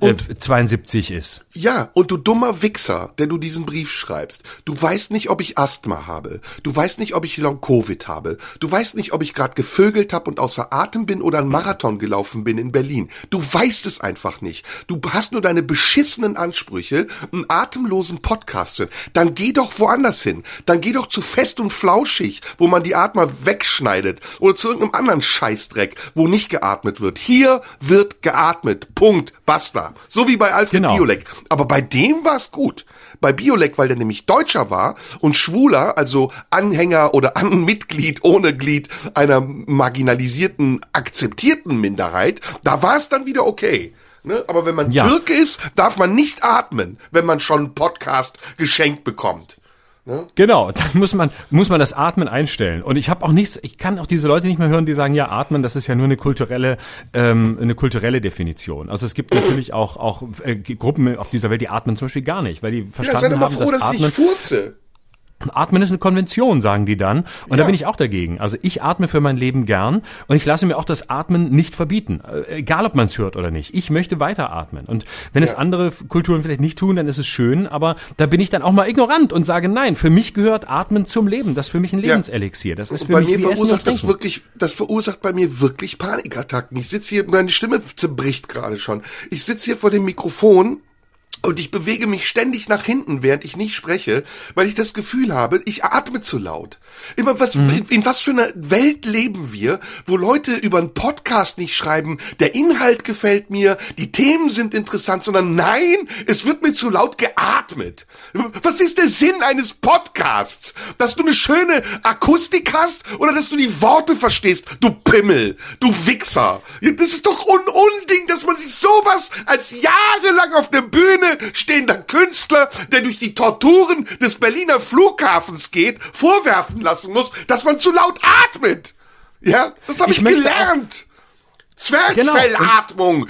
72 ist. Ja, und du dummer Wichser, der du diesen Brief schreibst, du weißt nicht, ob ich Asthma habe, du weißt nicht, ob ich Long-Covid habe, du weißt nicht, ob ich gerade gevögelt habe und außer Atem bin oder einen Marathon gelaufen bin in Berlin. Du weißt es einfach nicht. Du hast nur deine beschissenen Ansprüche, einen atemlosen Podcast zu hören. Dann geh doch woanders hin. Dann geh doch zu Fest und Flauschig, wo man die Atmer wegschneidet. Oder zu irgendeinem anderen Scheißdreck, wo nicht geatmet wird. Hier wird geatmet. Punkt. Basta. So wie bei Alfred Biolek. Aber bei dem war es gut. Bei Biolek, weil der nämlich Deutscher war und Schwuler, also Anhänger oder Mitglied ohne Glied einer marginalisierten, akzeptierten Minderheit, da war es dann wieder okay. Ne? Aber wenn man Türke ist, darf man nicht atmen, wenn man schon einen Podcast geschenkt bekommt. Ne? Genau, dann muss man das Atmen einstellen. Und ich kann auch diese Leute nicht mehr hören, die sagen, ja, Atmen, das ist ja nur eine kulturelle Definition. Also es gibt natürlich auch Gruppen auf dieser Welt, die atmen zum Beispiel gar nicht, weil die verstanden haben, dass Atmen... Ich nicht furze. Atmen ist eine Konvention, sagen die dann. Und da bin ich auch dagegen. Also ich atme für mein Leben gern und ich lasse mir auch das Atmen nicht verbieten. Egal, ob man es hört oder nicht. Ich möchte weiter atmen. Und wenn es andere Kulturen vielleicht nicht tun, dann ist es schön. Aber da bin ich dann auch mal ignorant und sage, nein, für mich gehört Atmen zum Leben. Das ist für mich ein Lebenselixier. Das ist für mich wie Essen und Trinken. Das verursacht bei mir wirklich Panikattacken. Ich sitze hier, meine Stimme zerbricht gerade schon. Ich sitze hier vor dem Mikrofon und ich bewege mich ständig nach hinten, während ich nicht spreche, weil ich das Gefühl habe, ich atme zu laut. In was für einer Welt leben wir, wo Leute über einen Podcast nicht schreiben, der Inhalt gefällt mir, die Themen sind interessant, sondern nein, es wird mir zu laut geatmet. Was ist der Sinn eines Podcasts? Dass du eine schöne Akustik hast oder dass du die Worte verstehst, du Pimmel, du Wichser. Das ist doch Unding, dass man sich sowas als jahrelang auf der Bühne stehender Künstler, der durch die Torturen des Berliner Flughafens geht, vorwerfen lassen muss, dass man zu laut atmet. Ja, das habe ich gelernt. Zwerchfellatmung.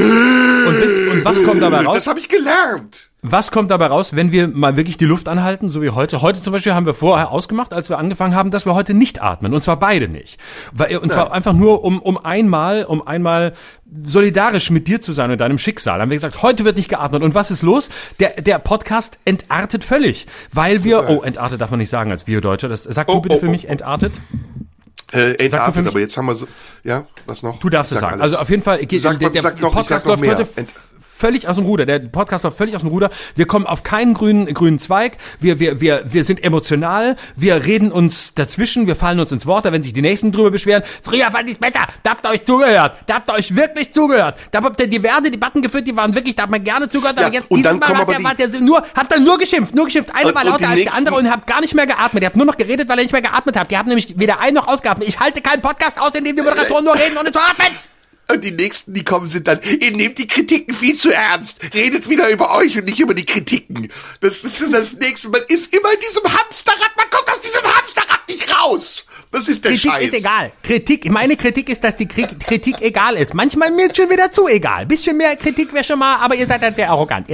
Und was kommt dabei raus? Das habe ich gelernt. Was kommt dabei raus, wenn wir mal wirklich die Luft anhalten, so wie heute? Heute zum Beispiel haben wir vorher ausgemacht, als wir angefangen haben, dass wir heute nicht atmen. Und zwar beide nicht. Und zwar einfach nur, um einmal solidarisch mit dir zu sein und deinem Schicksal. Haben wir gesagt, heute wird nicht geatmet. Und was ist los? Der Podcast entartet völlig. Weil wir, entartet darf man nicht sagen als Bio-Deutscher. Sag du bitte für mich, entartet. Entartet, aber jetzt haben wir so, was noch? Du darfst es sagen. Alles. Also auf jeden Fall, der Podcast läuft heute völlig aus dem Ruder. Der Podcast läuft völlig aus dem Ruder. Wir kommen auf keinen grünen Zweig. Wir sind emotional. Wir reden uns dazwischen. Wir fallen uns ins Wort. Da werden sich die Nächsten drüber beschweren. Früher fand ich's besser. Da habt ihr euch zugehört. Da habt ihr euch wirklich zugehört. Da habt ihr diverse Debatten geführt, die waren wirklich, da hat man gerne zugehört. Aber jetzt dieses Mal habt ihr nur geschimpft. Eine war lauter als der andere und habt gar nicht mehr geatmet. Ihr habt nur noch geredet, weil ihr nicht mehr geatmet habt. Ihr habt nämlich weder ein noch ausgeatmet. Ich halte keinen Podcast aus, in dem die Moderatoren nur reden, ohne zu atmen. Und die Nächsten, die kommen, sind dann, ihr nehmt die Kritiken viel zu ernst. Redet wieder über euch und nicht über die Kritiken. Das ist das Nächste. Man ist immer in diesem Hamsterrad. Man kommt aus diesem Hamsterrad nicht raus. Das ist der Kritik Scheiß. Ist egal. Meine Kritik ist, dass die Kritik egal ist. Manchmal mir schon wieder zu egal. Bisschen mehr Kritik wäre schon mal, aber ihr seid halt sehr arrogant.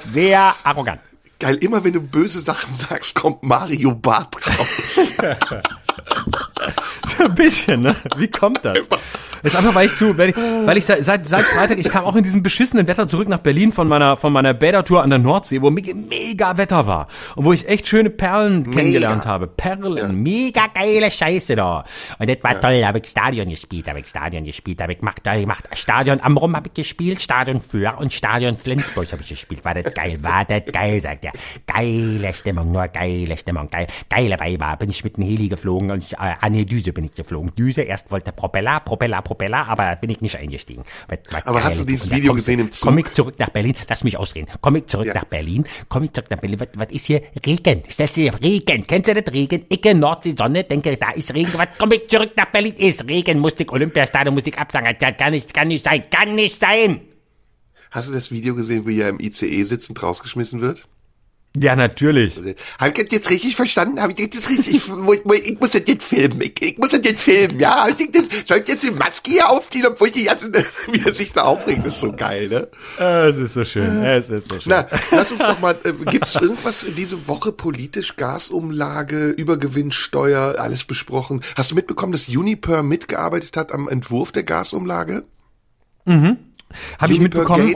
Geil, immer wenn du böse Sachen sagst, kommt Mario Barth raus. So ein bisschen, ne? Wie kommt das? Das ist einfach, weil ich seit Freitag, ich kam auch in diesem beschissenen Wetter zurück nach Berlin von meiner Bädertour an der Nordsee, wo mega Wetter war und wo ich echt schöne Perlen kennengelernt habe. Perlen, mega geile Scheiße da. Und das war toll, da habe ich Stadion gespielt, habe ich gemacht, Stadion Amrum habe ich gespielt, Stadion Föhr und Stadion Flensburg habe ich gespielt. War das geil, sagt er. Geile Stimmung, nur geile Stimmung, geile Weiber. Bin ich mit dem Heli geflogen und Düse bin ich geflogen. Düse, erst wollte Propeller, aber bin ich nicht eingestiegen. Aber hast du dieses Video gesehen im Zug? Komm ich zurück nach Berlin, lass mich ausreden. Komm ich zurück nach Berlin, was ist hier? Regen, stellst du dir Regen, kennst du das Regen? Icke, Nordsee, Sonne, denke, da ist Regen, was, komm ich zurück nach Berlin, ist Regen, musste ich Olympiastadion, musste ich absagen, das kann nicht sein. Hast du das Video gesehen, wie er im ICE sitzend rausgeschmissen wird? Ja, natürlich. Hab ich das jetzt richtig verstanden? Ich muss das jetzt filmen. Ich muss das jetzt filmen, ja? Soll ich jetzt die Maske hier aufziehen, obwohl ich die ganze, wie er sich da aufregt, ist so geil, ne? Es ist so schön, Na, lass uns doch mal, gibt's irgendwas diese Woche politisch, Gasumlage, Übergewinnsteuer, alles besprochen? Hast du mitbekommen, dass Uniper mitgearbeitet hat am Entwurf der Gasumlage? Habe ich mitbekommen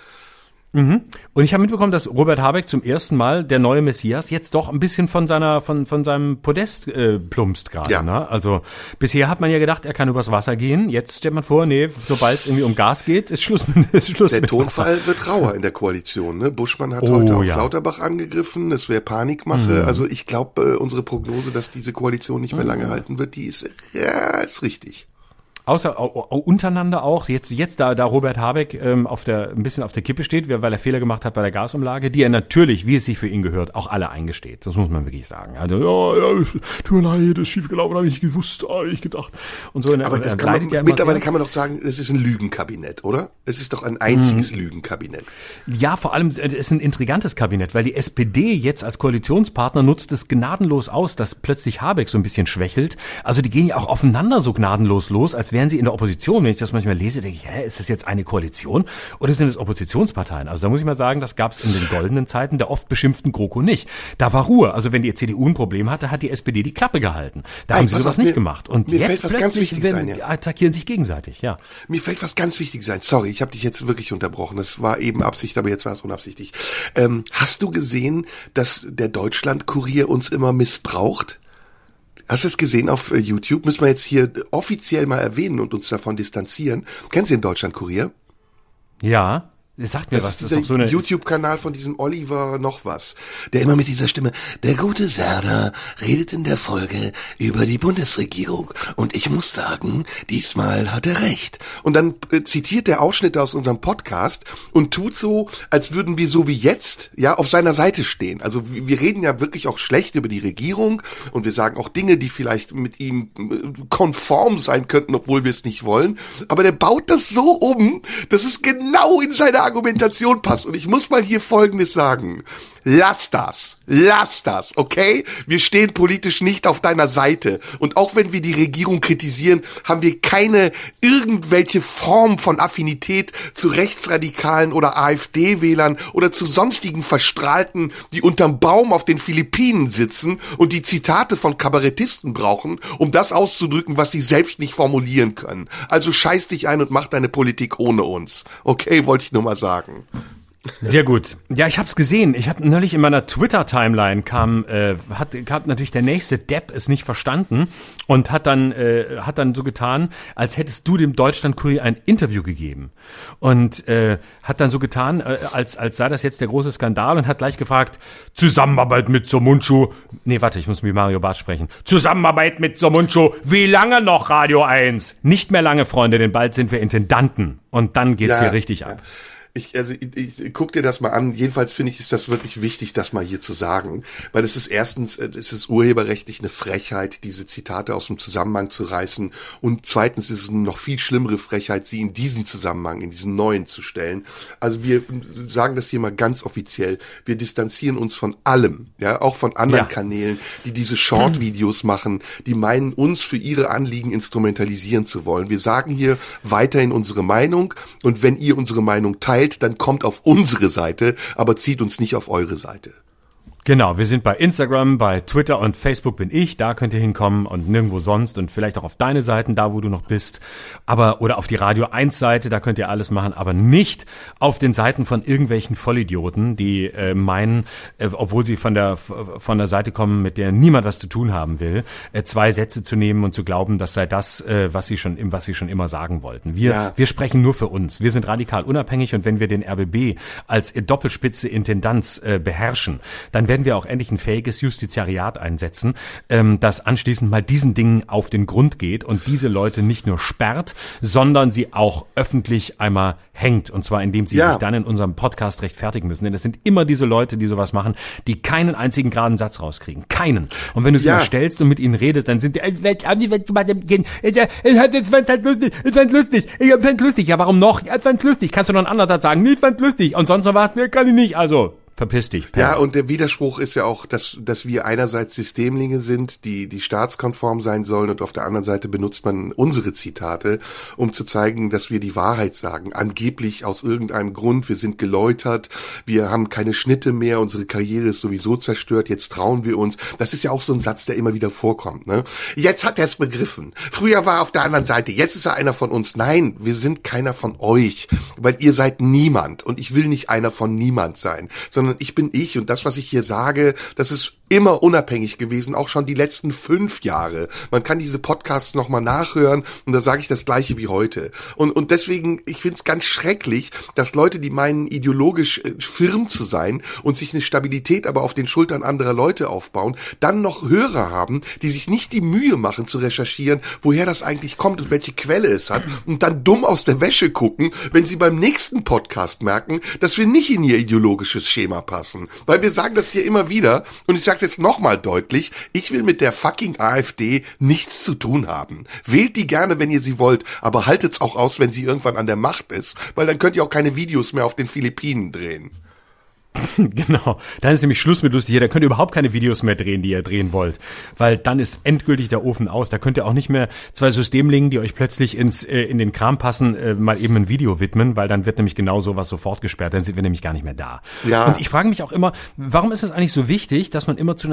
und ich habe mitbekommen, dass Robert Habeck zum ersten Mal, der neue Messias, jetzt doch ein bisschen von seinem Podest plumpst gerade. Ja. Ne? Also bisher hat man ja gedacht, er kann übers Wasser gehen. Jetzt stellt man vor, nee, sobald es irgendwie um Gas geht, ist Schluss mit Der mit Tonfall Wasser. wird rauer in der Koalition. Ne? Buschmann hat heute auch ja. Lauterbach angegriffen. Es wäre Panikmache. Also ich glaube, unsere Prognose, dass diese Koalition nicht mehr lange halten wird, die ist richtig. Untereinander auch, jetzt da Robert Habeck ein bisschen auf der Kippe steht, weil er Fehler gemacht hat bei der Gasumlage, die er natürlich, wie es sich für ihn gehört, auch alle eingesteht. Das muss man wirklich sagen. Also, tut mir leid, das ist schiefgelaufen, habe ich nicht gewusst, habe ich gedacht. Und so. Aber das mittlerweile kann man doch sagen, es ist ein Lügenkabinett, oder? Es ist doch ein einziges Lügenkabinett. Ja, vor allem, es ist ein intrigantes Kabinett, weil die SPD jetzt als Koalitionspartner nutzt es gnadenlos aus, dass plötzlich Habeck so ein bisschen schwächelt. Also die gehen ja auch aufeinander so gnadenlos los, als wären sie in der Opposition. Wenn ich das manchmal lese, denke ich, ist das jetzt eine Koalition oder sind es Oppositionsparteien? Also da muss ich mal sagen, das gab es in den goldenen Zeiten der oft beschimpften GroKo nicht. Da war Ruhe. Also wenn die CDU ein Problem hatte, hat die SPD die Klappe gehalten. Da haben sie sowas nicht gemacht. Und jetzt plötzlich attackieren sich gegenseitig. Ja. Mir fällt was ganz Wichtiges ein. Sorry, ich habe dich jetzt wirklich unterbrochen. Das war eben Absicht, aber jetzt war es unabsichtlich. Hast du gesehen, dass der Deutschland-Kurier uns immer missbraucht? Hast du es gesehen auf YouTube? Müssen wir jetzt hier offiziell mal erwähnen und uns davon distanzieren. Kennst du den Deutschland-Kurier? Ja. Sagt mir was. Das ist so eine YouTube-Kanal von diesem Oliver noch was, der immer mit dieser Stimme, der gute Serdar redet in der Folge über die Bundesregierung und ich muss sagen, diesmal hat er recht. Und dann zitiert der Ausschnitte aus unserem Podcast und tut so, als würden wir so wie jetzt, ja, auf seiner Seite stehen. Also wir reden ja wirklich auch schlecht über die Regierung und wir sagen auch Dinge, die vielleicht mit ihm konform sein könnten, obwohl wir es nicht wollen. Aber der baut das so um, dass es genau in seine Argumentation passt. Und ich muss mal hier Folgendes sagen. Lass das, okay? Wir stehen politisch nicht auf deiner Seite. Und auch wenn wir die Regierung kritisieren, haben wir keine irgendwelche Form von Affinität zu Rechtsradikalen oder AfD-Wählern oder zu sonstigen Verstrahlten, die unterm Baum auf den Philippinen sitzen und die Zitate von Kabarettisten brauchen, um das auszudrücken, was sie selbst nicht formulieren können. Also scheiß dich ein und mach deine Politik ohne uns. Okay, wollte ich nur mal sagen. Sehr gut. Ja, ich hab's gesehen. Ich habe neulich in meiner Twitter-Timeline kam natürlich der nächste Depp es nicht verstanden und hat dann so getan, als hättest du dem Deutschland-Kurier ein Interview gegeben und hat dann so getan, als sei das jetzt der große Skandal und hat gleich gefragt, Zusammenarbeit mit Somuncu. Nee, warte, ich muss mit Mario Barth sprechen. Zusammenarbeit mit Somuncu. Wie lange noch, Radio 1? Nicht mehr lange, Freunde, denn bald sind wir Intendanten und dann geht's hier richtig ab. Ich guck dir das mal an. Jedenfalls finde ich, ist das wirklich wichtig, das mal hier zu sagen. Weil es ist erstens, es ist urheberrechtlich eine Frechheit, diese Zitate aus dem Zusammenhang zu reißen. Und zweitens ist es eine noch viel schlimmere Frechheit, sie in diesen Zusammenhang, in diesen neuen zu stellen. Also wir sagen das hier mal ganz offiziell. Wir distanzieren uns von allem, ja, auch von anderen Kanälen, die diese Short-Videos machen, die meinen, uns für ihre Anliegen instrumentalisieren zu wollen. Wir sagen hier weiterhin unsere Meinung. Und wenn ihr unsere Meinung teilt, dann kommt auf unsere Seite, aber zieht uns nicht auf eure Seite. Genau, wir sind bei Instagram, bei Twitter und Facebook bin ich, da könnt ihr hinkommen und nirgendwo sonst und vielleicht auch auf deine Seiten, da wo du noch bist, oder auf die Radio 1 Seite, da könnt ihr alles machen, aber nicht auf den Seiten von irgendwelchen Vollidioten, die meinen, obwohl sie von der Seite kommen, mit der niemand was zu tun haben will, 2 Sätze zu nehmen und zu glauben, das sei das, was sie schon immer sagen wollten. Wir sprechen nur für uns, wir sind radikal unabhängig und wenn wir den RBB als Doppelspitze Intendanz beherrschen, dann werden wir auch endlich ein fähiges Justiziariat einsetzen, das anschließend mal diesen Dingen auf den Grund geht und diese Leute nicht nur sperrt, sondern sie auch öffentlich einmal hängt. Und zwar indem sie sich dann in unserem Podcast rechtfertigen müssen. Denn es sind immer diese Leute, die sowas machen, die keinen einzigen geraden Satz rauskriegen. Keinen. Und wenn du sie mal stellst und mit ihnen redest, dann sind die, ich fand's lustig. Ja, warum noch? Ich fand's lustig. Kannst du noch einen anderen Satz sagen? Nee, ich fand's lustig. Und sonst noch was? Nee, kann ich nicht. Also, verpiss dich. Ja, und der Widerspruch ist ja auch, dass wir einerseits Systemlinge sind, die staatskonform sein sollen und auf der anderen Seite benutzt man unsere Zitate, um zu zeigen, dass wir die Wahrheit sagen. Angeblich aus irgendeinem Grund, wir sind geläutert, wir haben keine Schnitte mehr, unsere Karriere ist sowieso zerstört, jetzt trauen wir uns. Das ist ja auch so ein Satz, der immer wieder vorkommt, ne? Jetzt hat er es begriffen. Früher war er auf der anderen Seite, jetzt ist er einer von uns. Nein, wir sind keiner von euch, weil ihr seid niemand und ich will nicht einer von niemand sein, sondern ich bin ich und das, was ich hier sage, das ist immer unabhängig gewesen, auch schon die letzten 5 Jahre. Man kann diese Podcasts nochmal nachhören und da sage ich das Gleiche wie heute. Und deswegen, ich finde es ganz schrecklich, dass Leute, die meinen, ideologisch firm zu sein und sich eine Stabilität aber auf den Schultern anderer Leute aufbauen, dann noch Hörer haben, die sich nicht die Mühe machen zu recherchieren, woher das eigentlich kommt und welche Quelle es hat und dann dumm aus der Wäsche gucken, wenn sie beim nächsten Podcast merken, dass wir nicht in ihr ideologisches Schema passen. Weil wir sagen das hier immer wieder und ich sage jetzt nochmal deutlich, ich will mit der fucking AfD nichts zu tun haben. Wählt die gerne, wenn ihr sie wollt, aber haltet's auch aus, wenn sie irgendwann an der Macht ist, weil dann könnt ihr auch keine Videos mehr auf den Philippinen drehen. Genau, dann ist nämlich Schluss mit lustig hier, da könnt ihr überhaupt keine Videos mehr drehen, die ihr drehen wollt, weil dann ist endgültig der Ofen aus, da könnt ihr auch nicht mehr 2 Systemlingen, die euch plötzlich in den Kram passen, mal eben ein Video widmen, weil dann wird nämlich genau sowas sofort gesperrt, dann sind wir nämlich gar nicht mehr da. Ja. Und ich frage mich auch immer, warum ist es eigentlich so wichtig, dass man immer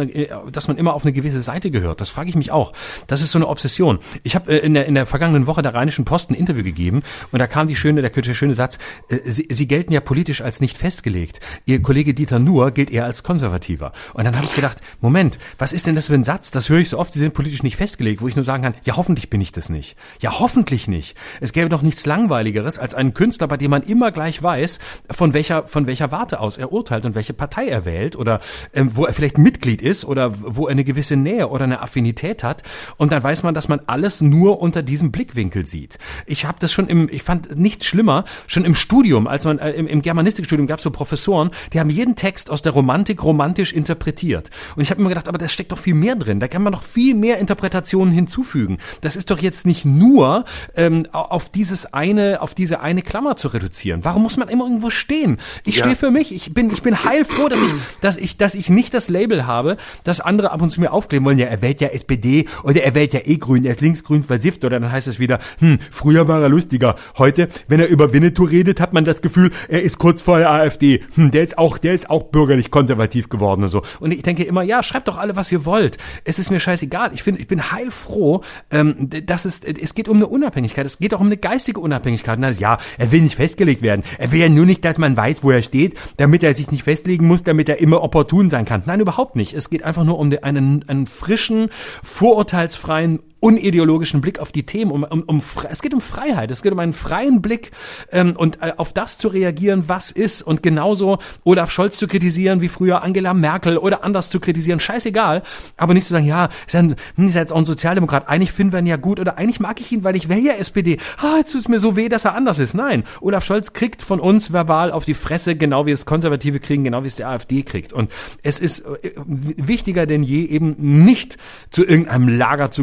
auf eine gewisse Seite gehört? Das frage ich mich auch. Das ist so eine Obsession. Ich habe in der vergangenen Woche der Rheinischen Post ein Interview gegeben und da kam der schöne Satz, Sie gelten ja politisch als nicht festgelegt. Ihr Kollege Dieter Nuhr gilt eher als Konservativer. Und dann habe ich gedacht, Moment, was ist denn das für ein Satz? Das höre ich so oft, Sie sind politisch nicht festgelegt, wo ich nur sagen kann, ja, hoffentlich bin ich das nicht. Ja, hoffentlich nicht. Es gäbe doch nichts Langweiligeres als einen Künstler, bei dem man immer gleich weiß, von welcher Warte aus er urteilt und welche Partei er wählt oder wo er vielleicht Mitglied ist oder wo er eine gewisse Nähe oder eine Affinität hat. Und dann weiß man, dass man alles nur unter diesem Blickwinkel sieht. Ich fand nichts schlimmer, schon im Studium, als man im Germanistikstudium gab es so Professoren, die haben jeden Text aus der Romantik romantisch interpretiert. Und ich habe immer gedacht, aber da steckt doch viel mehr drin. Da kann man noch viel mehr Interpretationen hinzufügen. Das ist doch jetzt nicht nur auf diese eine Klammer zu reduzieren. Warum muss man immer irgendwo stehen? Ich stehe für mich. Ich bin heilfroh, dass ich nicht das Label habe, dass andere ab und zu mir aufkleben wollen. Ja, er wählt ja SPD oder er wählt ja grün. Er ist linksgrün versifft oder dann heißt es wieder, früher war er lustiger. Heute, wenn er über Winnetou redet, hat man das Gefühl, er ist kurz vor der AfD. Der ist auch bürgerlich konservativ geworden und so. Und ich denke immer, ja, schreibt doch alle, was ihr wollt. Es ist mir scheißegal. Ich bin heilfroh, dass es geht um eine Unabhängigkeit. Es geht auch um eine geistige Unabhängigkeit. Und ja, er will nicht festgelegt werden. Er will ja nur nicht, dass man weiß, wo er steht, damit er sich nicht festlegen muss, damit er immer opportun sein kann. Nein, überhaupt nicht. Es geht einfach nur um einen frischen, vorurteilsfreien, unideologischen Blick auf die Themen, es geht um Freiheit, es geht um einen freien Blick und auf das zu reagieren, was ist und genauso Olaf Scholz zu kritisieren wie früher Angela Merkel oder anders zu kritisieren, scheißegal, aber nicht zu sagen, ja, ist ja jetzt auch ein Sozialdemokrat, eigentlich finden wir ihn ja gut oder eigentlich mag ich ihn, weil ich wähle ja SPD, jetzt tut es mir so weh, dass er anders ist. Nein, Olaf Scholz kriegt von uns verbal auf die Fresse, genau wie es Konservative kriegen, genau wie es die AfD kriegt und es ist wichtiger denn je eben nicht zu irgendeinem Lager zu gehören, um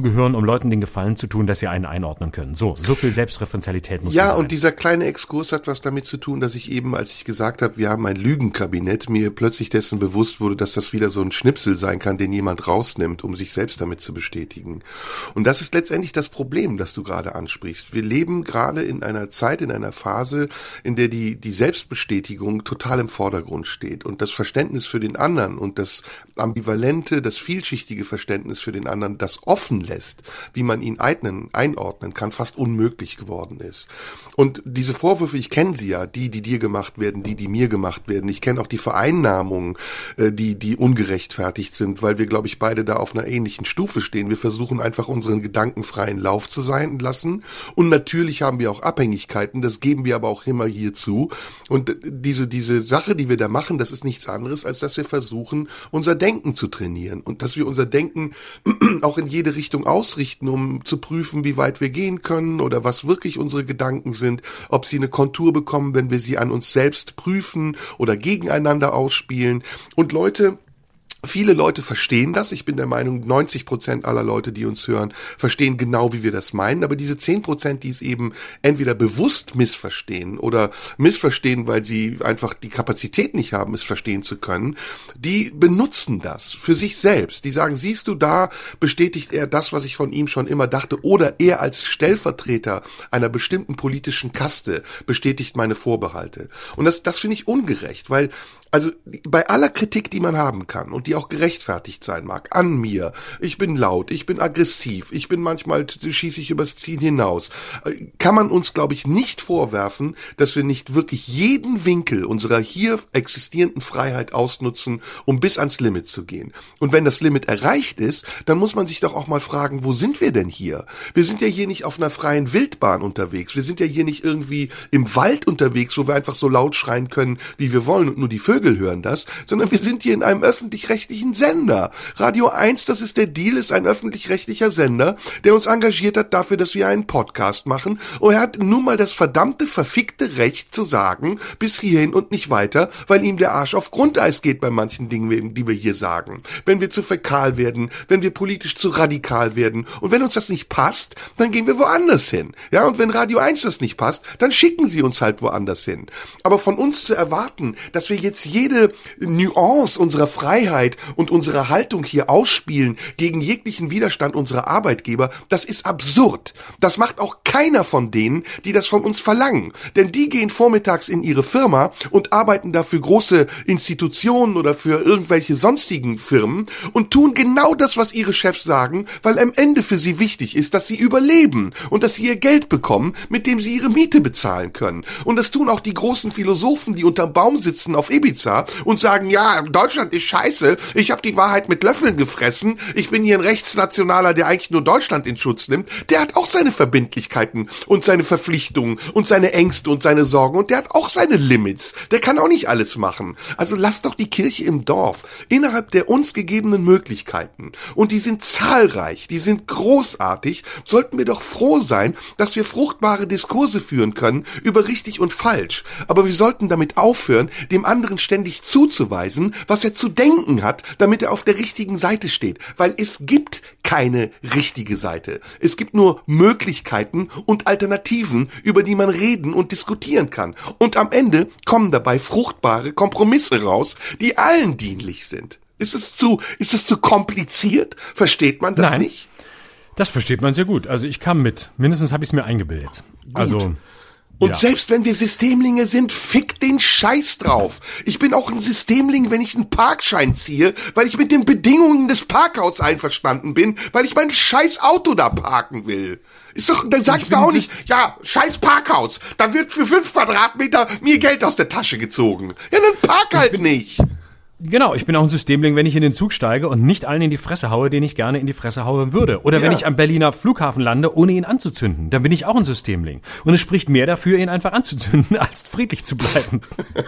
Leuten den Gefallen zu tun, dass sie einen einordnen können. So viel Selbstreferenzialität muss sein. Ja, und dieser kleine Exkurs hat was damit zu tun, dass ich eben, als ich gesagt habe, wir haben ein Lügenkabinett, mir plötzlich dessen bewusst wurde, dass das wieder so ein Schnipsel sein kann, den jemand rausnimmt, um sich selbst damit zu bestätigen. Und das ist letztendlich das Problem, das du gerade ansprichst. Wir leben gerade in einer Zeit, in einer Phase, in der die Selbstbestätigung total im Vordergrund steht und das Verständnis für den anderen und das ambivalente, das vielschichtige Verständnis für den anderen, das offen lässt, wie man ihn einordnen kann, fast unmöglich geworden ist. Und diese Vorwürfe, ich kenne sie ja, die dir gemacht werden, die mir gemacht werden. Ich kenne auch die Vereinnahmungen, die ungerechtfertigt sind, weil wir, glaube ich, beide da auf einer ähnlichen Stufe stehen. Wir versuchen einfach unseren gedankenfreien Lauf zu sein lassen. Und natürlich haben wir auch Abhängigkeiten, das geben wir aber auch immer hier zu. Und diese Sache, die wir da machen, das ist nichts anderes, als dass wir versuchen, unser Denken zu trainieren und dass wir unser Denken auch in jede Richtung ausrichten, um zu prüfen, wie weit wir gehen können oder was wirklich unsere Gedanken sind, ob sie eine Kontur bekommen, wenn wir sie an uns selbst prüfen oder gegeneinander ausspielen. Und viele Leute verstehen das. Ich bin der Meinung, 90% aller Leute, die uns hören, verstehen genau, wie wir das meinen. Aber diese 10%, die es eben entweder bewusst missverstehen oder missverstehen, weil sie einfach die Kapazität nicht haben, es verstehen zu können, die benutzen das für sich selbst. Die sagen, siehst du, da bestätigt er das, was ich von ihm schon immer dachte. Oder er als Stellvertreter einer bestimmten politischen Kaste bestätigt meine Vorbehalte. Und das finde ich ungerecht, weil also bei aller Kritik, die man haben kann und die auch gerechtfertigt sein mag, an mir, ich bin laut, ich bin aggressiv, ich bin manchmal, schieße ich übers Ziel hinaus, kann man uns, glaube ich, nicht vorwerfen, dass wir nicht wirklich jeden Winkel unserer hier existierenden Freiheit ausnutzen, um bis ans Limit zu gehen. Und wenn das Limit erreicht ist, dann muss man sich doch auch mal fragen, wo sind wir denn hier? Wir sind ja hier nicht auf einer freien Wildbahn unterwegs, wir sind ja hier nicht irgendwie im Wald unterwegs, wo wir einfach so laut schreien können, wie wir wollen und nur die Vögel hören das, sondern wir sind hier in einem öffentlich-rechtlichen Sender. Radio 1, das ist der Deal, ist ein öffentlich-rechtlicher Sender, der uns engagiert hat dafür, dass wir einen Podcast machen. Und er hat nun mal das verdammte, verfickte Recht zu sagen, bis hierhin und nicht weiter, weil ihm der Arsch auf Grundeis geht bei manchen Dingen, die wir hier sagen. Wenn wir zu fäkal werden, wenn wir politisch zu radikal werden und wenn uns das nicht passt, dann gehen wir woanders hin. Ja, und wenn Radio 1 das nicht passt, dann schicken sie uns halt woanders hin. Aber von uns zu erwarten, dass wir jetzt jede Nuance unserer Freiheit und unserer Haltung hier ausspielen gegen jeglichen Widerstand unserer Arbeitgeber, das ist absurd. Das macht auch keiner von denen, die das von uns verlangen. Denn die gehen vormittags in ihre Firma und arbeiten da für große Institutionen oder für irgendwelche sonstigen Firmen und tun genau das, was ihre Chefs sagen, weil am Ende für sie wichtig ist, dass sie überleben und dass sie ihr Geld bekommen, mit dem sie ihre Miete bezahlen können. Und das tun auch die großen Philosophen, die unterm Baum sitzen auf Ibiza und sagen, ja, Deutschland ist scheiße, ich habe die Wahrheit mit Löffeln gefressen, ich bin hier ein Rechtsnationaler, der eigentlich nur Deutschland in Schutz nimmt, der hat auch seine Verbindlichkeiten und seine Verpflichtungen und seine Ängste und seine Sorgen und der hat auch seine Limits, der kann auch nicht alles machen. Also lasst doch die Kirche im Dorf, innerhalb der uns gegebenen Möglichkeiten, und die sind zahlreich, die sind großartig, sollten wir doch froh sein, dass wir fruchtbare Diskurse führen können über richtig und falsch, aber wir sollten damit aufhören, dem anderen ständig zuzuweisen, was er zu denken hat, damit er auf der richtigen Seite steht. Weil es gibt keine richtige Seite. Es gibt nur Möglichkeiten und Alternativen, über die man reden und diskutieren kann. Und am Ende kommen dabei fruchtbare Kompromisse raus, die allen dienlich sind. Ist es zu kompliziert? Versteht man das nicht? Das versteht man sehr gut. Also ich kam mit. Mindestens habe ich es mir eingebildet. Gut. Also... Und selbst wenn wir Systemlinge sind, fick den Scheiß drauf. Ich bin auch ein Systemling, wenn ich einen Parkschein ziehe, weil ich mit den Bedingungen des Parkhaus einverstanden bin, weil ich mein scheiß Auto da parken will. Ist doch, dann sagst du auch nicht, ja, scheiß Parkhaus, da wird für 5 Quadratmeter mir Geld aus der Tasche gezogen. Ja, dann park halt nicht. Genau, ich bin auch ein Systemling, wenn ich in den Zug steige und nicht allen in die Fresse haue, den ich gerne in die Fresse hauen würde. Oder wenn ich am Berliner Flughafen lande, ohne ihn anzuzünden. Dann bin ich auch ein Systemling. Und es spricht mehr dafür, ihn einfach anzuzünden, als friedlich zu bleiben.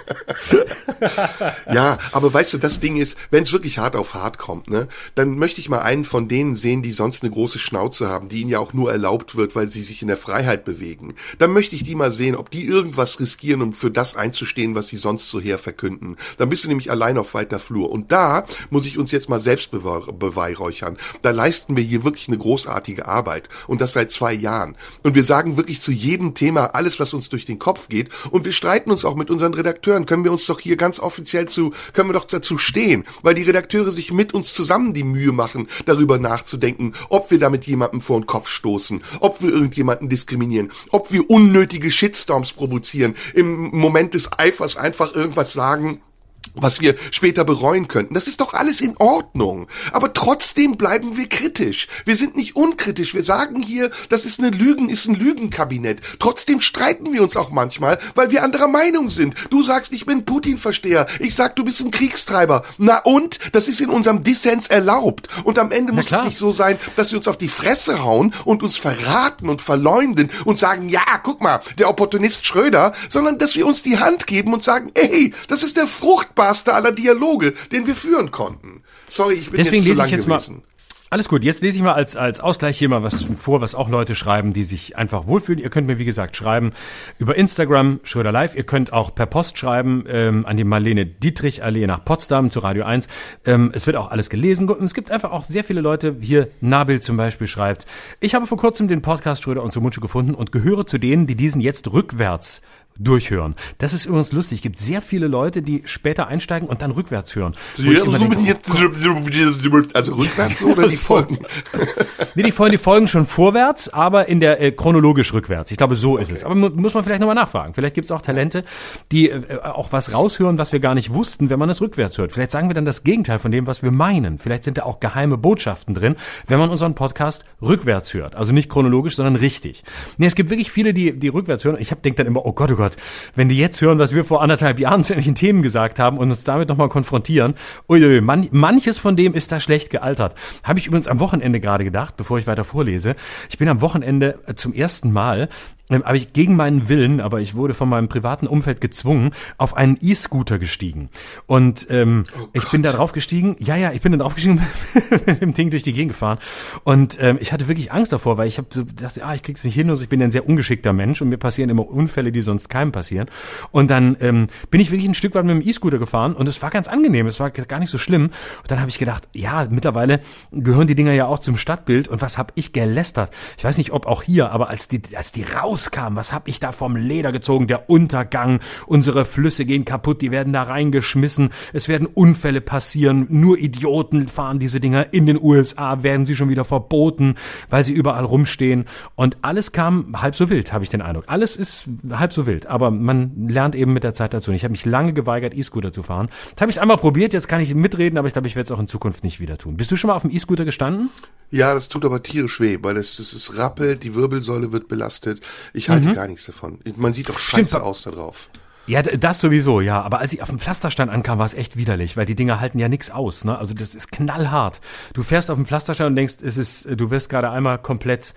Ja, aber weißt du, das Ding ist, wenn es wirklich hart auf hart kommt, ne, dann möchte ich mal einen von denen sehen, die sonst eine große Schnauze haben, die ihnen ja auch nur erlaubt wird, weil sie sich in der Freiheit bewegen. Dann möchte ich die mal sehen, ob die irgendwas riskieren, um für das einzustehen, was sie sonst so her verkünden. Dann bist du nämlich allein auf zweiter Flur. Und da muss ich uns jetzt mal selbst beweihräuchern. Da leisten wir hier wirklich eine großartige Arbeit. Und das seit 2 Jahren. Und wir sagen wirklich zu jedem Thema alles, was uns durch den Kopf geht. Und wir streiten uns auch mit unseren Redakteuren. Können wir uns doch hier ganz offiziell können wir doch dazu stehen. Weil die Redakteure sich mit uns zusammen die Mühe machen, darüber nachzudenken, ob wir damit jemandem vor den Kopf stoßen, ob wir irgendjemanden diskriminieren, ob wir unnötige Shitstorms provozieren, im Moment des Eifers einfach irgendwas sagen, was wir später bereuen könnten. Das ist doch alles in Ordnung. Aber trotzdem bleiben wir kritisch. Wir sind nicht unkritisch. Wir sagen hier, das ist ein Lügenkabinett. Trotzdem streiten wir uns auch manchmal, weil wir anderer Meinung sind. Du sagst, ich bin Putin-Versteher. Ich sag, du bist ein Kriegstreiber. Na und? Das ist in unserem Dissens erlaubt. Und am Ende muss es nicht so sein, dass wir uns auf die Fresse hauen und uns verraten und verleumden und sagen, ja, guck mal, der Opportunist Schröder, sondern dass wir uns die Hand geben und sagen, ey, das ist der fruchtbarste aller Dialoge, den wir führen konnten. Sorry, ich bin Deswegen jetzt zu lang lese ich jetzt gewesen. Alles gut, jetzt lese ich mal als Ausgleich hier mal was vor, was auch Leute schreiben, die sich einfach wohlfühlen. Ihr könnt mir, wie gesagt, schreiben über Instagram, Schröder Live. Ihr könnt auch per Post schreiben an die Marlene Dietrich Allee nach Potsdam zu Radio 1. Es wird auch alles gelesen. Und es gibt einfach auch sehr viele Leute, hier Nabil zum Beispiel schreibt, ich habe vor kurzem den Podcast Schröder und Sumuncu gefunden und gehöre zu denen, die diesen jetzt rückwärts durchhören. Das ist übrigens lustig. Es gibt sehr viele Leute, die später einsteigen und dann rückwärts hören. Also rückwärts oder die Folgen? Nee, die folgen schon vorwärts, aber in der chronologisch rückwärts. Ich glaube, so ist es. Aber muss man vielleicht nochmal nachfragen. Vielleicht gibt es auch Talente, die auch was raushören, was wir gar nicht wussten, wenn man es rückwärts hört. Vielleicht sagen wir dann das Gegenteil von dem, was wir meinen. Vielleicht sind da auch geheime Botschaften drin, wenn man unseren Podcast rückwärts hört. Also nicht chronologisch, sondern richtig. Nee, es gibt wirklich viele, die rückwärts hören. Ich denke dann immer, oh Gott, wenn die jetzt hören, was wir vor 1,5 Jahren zu irgendwelchen Themen gesagt haben und uns damit nochmal konfrontieren, manches von dem ist da schlecht gealtert. Habe ich übrigens am Wochenende gerade gedacht, bevor ich weiter vorlese. Ich bin am Wochenende zum ersten Mal, habe ich gegen meinen Willen, aber ich wurde von meinem privaten Umfeld gezwungen, auf einen E-Scooter gestiegen. Und ich bin da drauf gestiegen, ich bin da drauf gestiegen, mit dem Ding durch die Gegend gefahren. Und ich hatte wirklich Angst davor, weil ich habe so gedacht, ich krieg's nicht hin, also ich bin ein sehr ungeschickter Mensch und mir passieren immer Unfälle, die sonst keinem passieren. Und dann bin ich wirklich ein Stück weit mit dem E-Scooter gefahren und es war ganz angenehm, es war gar nicht so schlimm. Und dann habe ich gedacht, ja, mittlerweile gehören die Dinger ja auch zum Stadtbild und was habe ich gelästert? Ich weiß nicht, ob auch hier, aber als die rauskam, was habe ich da vom Leder gezogen? Der Untergang, unsere Flüsse gehen kaputt, die werden da reingeschmissen, es werden Unfälle passieren, nur Idioten fahren diese Dinger, in den USA werden sie schon wieder verboten, weil sie überall rumstehen und alles kam halb so wild, habe ich den Eindruck. Alles ist halb so wild, aber man lernt eben mit der Zeit dazu. Und ich habe mich lange geweigert, E-Scooter zu fahren. Jetzt habe ich es einmal probiert, jetzt kann ich mitreden, aber ich glaube, ich werde es auch in Zukunft nicht wieder tun. Bist du schon mal auf dem E-Scooter gestanden? Ja, das tut aber tierisch weh, weil das ist rappelt, die Wirbelsäule wird belastet. Ich halte gar nichts davon. Man sieht doch scheiße aus da drauf. Ja, das sowieso, ja. Aber als ich auf dem Pflasterstein ankam, war es echt widerlich, weil die Dinger halten ja nichts aus, ne? Also das ist knallhart. Du fährst auf dem Pflasterstein und denkst, du wirst gerade einmal komplett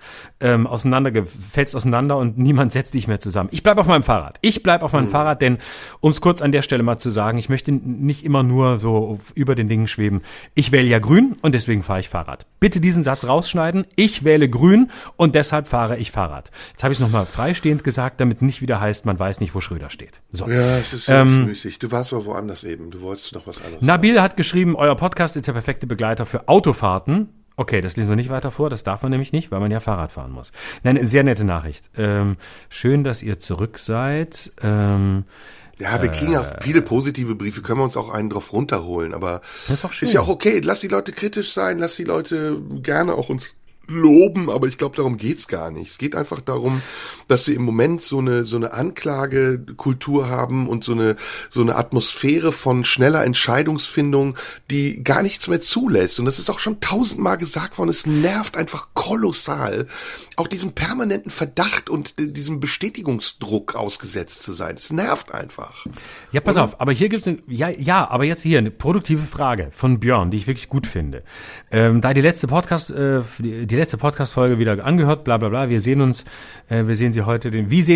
fällst auseinander und niemand setzt dich mehr zusammen. Ich bleib auf meinem Fahrrad. Fahrrad, denn um es kurz an der Stelle mal zu sagen, ich möchte nicht immer nur so über den Dingen schweben. Ich wähle ja grün und deswegen fahre ich Fahrrad. Bitte diesen Satz rausschneiden. Ich wähle grün und deshalb fahre ich Fahrrad. Jetzt habe ich es nochmal freistehend gesagt, damit nicht wieder heißt, man weiß nicht, wo Schröder steht. So. Ja, es ist müßig. Du warst aber woanders eben. Du wolltest noch was anderes Nabil hat geschrieben, euer Podcast ist der perfekte Begleiter für Autofahrten. Okay, das lesen wir nicht weiter vor. Das darf man nämlich nicht, weil man ja Fahrrad fahren muss. Nein, sehr nette Nachricht. Schön, dass ihr zurück seid. Ja, wir kriegen auch viele positive Briefe, können wir uns auch einen drauf runterholen, aber das ist, auch schön. Ist ja auch okay. Lass die Leute kritisch sein, lass die Leute gerne auch uns loben, aber ich glaube, darum geht's gar nicht. Es geht einfach darum, dass wir im Moment so eine Anklagekultur haben und so eine Atmosphäre von schneller Entscheidungsfindung, die gar nichts mehr zulässt. Und das ist auch schon 1000-mal gesagt worden. Es nervt einfach kolossal, auch diesem permanenten Verdacht und diesem Bestätigungsdruck ausgesetzt zu sein. Es nervt einfach. Ja, pass auf, aber hier gibt's aber jetzt hier eine produktive Frage von Björn, die ich wirklich gut finde. Da die letzte Podcast-Folge wieder angehört, bla bla bla, wie sehen Sie heute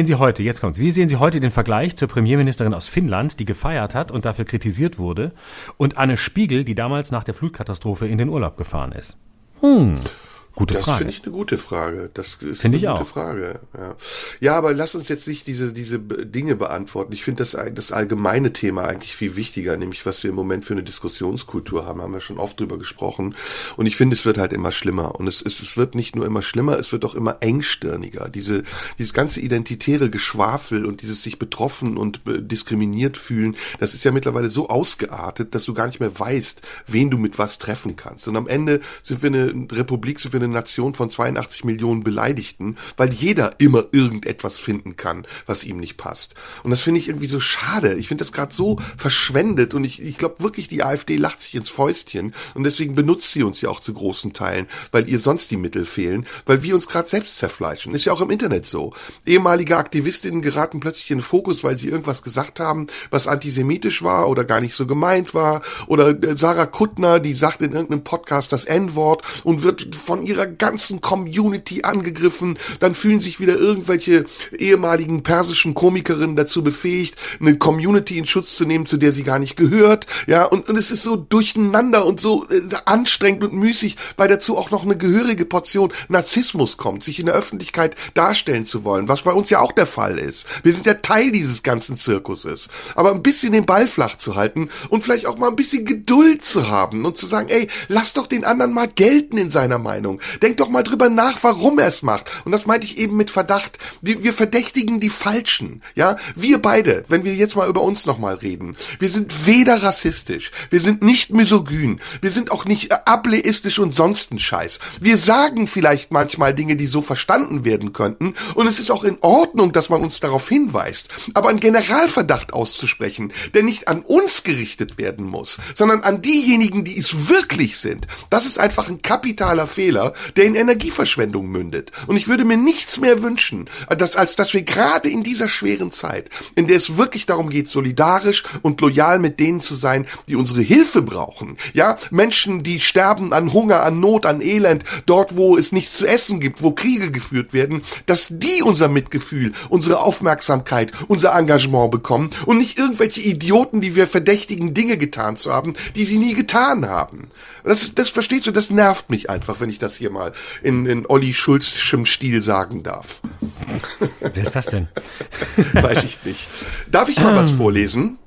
den Vergleich zur Premierministerin aus Finnland, die gefeiert hat und dafür kritisiert wurde, und Anne Spiegel, die damals nach der Flutkatastrophe in den Urlaub gefahren ist? Gute Das Frage. finde ich eine gute Frage. Das ist Finde eine ich gute auch. Frage. Ja, aber lass uns jetzt nicht diese Dinge beantworten. Ich finde das allgemeine Thema eigentlich viel wichtiger, nämlich was wir im Moment für eine Diskussionskultur haben. Haben wir schon oft drüber gesprochen. Und ich finde, es wird halt immer schlimmer. Und es wird nicht nur immer schlimmer, es wird auch immer engstirniger. Dieses ganze identitäre Geschwafel und dieses sich betroffen und diskriminiert fühlen, das ist ja mittlerweile so ausgeartet, dass du gar nicht mehr weißt, wen du mit was treffen kannst. Und am Ende sind wir eine Republik, sind wir eine Nation von 82 Millionen Beleidigten, weil jeder immer irgendetwas finden kann, was ihm nicht passt. Und das finde ich irgendwie so schade. Ich finde das gerade so verschwendet und ich glaube wirklich, die AfD lacht sich ins Fäustchen und deswegen benutzt sie uns ja auch zu großen Teilen, weil ihr sonst die Mittel fehlen, weil wir uns gerade selbst zerfleischen. Ist ja auch im Internet so. Ehemalige Aktivistinnen geraten plötzlich in den Fokus, weil sie irgendwas gesagt haben, was antisemitisch war oder gar nicht so gemeint war. Oder Sarah Kuttner, die sagt in irgendeinem Podcast das N-Wort und wird von ihrer ganzen Community angegriffen. Dann fühlen sich wieder irgendwelche ehemaligen persischen Komikerinnen dazu befähigt, eine Community in Schutz zu nehmen, zu der sie gar nicht gehört. Ja, und es ist so durcheinander und so anstrengend und müßig, weil dazu auch noch eine gehörige Portion Narzissmus kommt, sich in der Öffentlichkeit darstellen zu wollen, was bei uns ja auch der Fall ist. Wir sind ja Teil dieses ganzen Zirkuses. Aber ein bisschen den Ball flach zu halten und vielleicht auch mal ein bisschen Geduld zu haben und zu sagen, ey, lass doch den anderen mal gelten in seiner Meinung. Denk doch mal drüber nach, warum er es macht. Und das meinte ich eben mit Verdacht. Wir verdächtigen die Falschen. Ja, wir beide, wenn wir jetzt mal über uns nochmal reden, wir sind weder rassistisch, wir sind nicht misogyn, wir sind auch nicht ableistisch und sonst ein Scheiß. Wir sagen vielleicht manchmal Dinge, die so verstanden werden könnten und es ist auch in Ordnung, dass man uns darauf hinweist. Aber einen Generalverdacht auszusprechen, der nicht an uns gerichtet werden muss, sondern an diejenigen, die es wirklich sind, das ist einfach ein kapitaler Fehler, der in Energieverschwendung mündet. Und ich würde mir nichts mehr wünschen, als dass wir gerade in dieser schweren Zeit, in der es wirklich darum geht, solidarisch und loyal mit denen zu sein, die unsere Hilfe brauchen. Ja, Menschen, die sterben an Hunger, an Not, an Elend, dort, wo es nichts zu essen gibt, wo Kriege geführt werden, dass die unser Mitgefühl, unsere Aufmerksamkeit, unser Engagement bekommen und nicht irgendwelche Idioten, die wir verdächtigen, Dinge getan zu haben, die sie nie getan haben. Das verstehst du, das nervt mich einfach, wenn ich das hier mal in Olli Schulzschem Stil sagen darf. Wer ist das denn? Weiß ich nicht. Darf ich mal was vorlesen?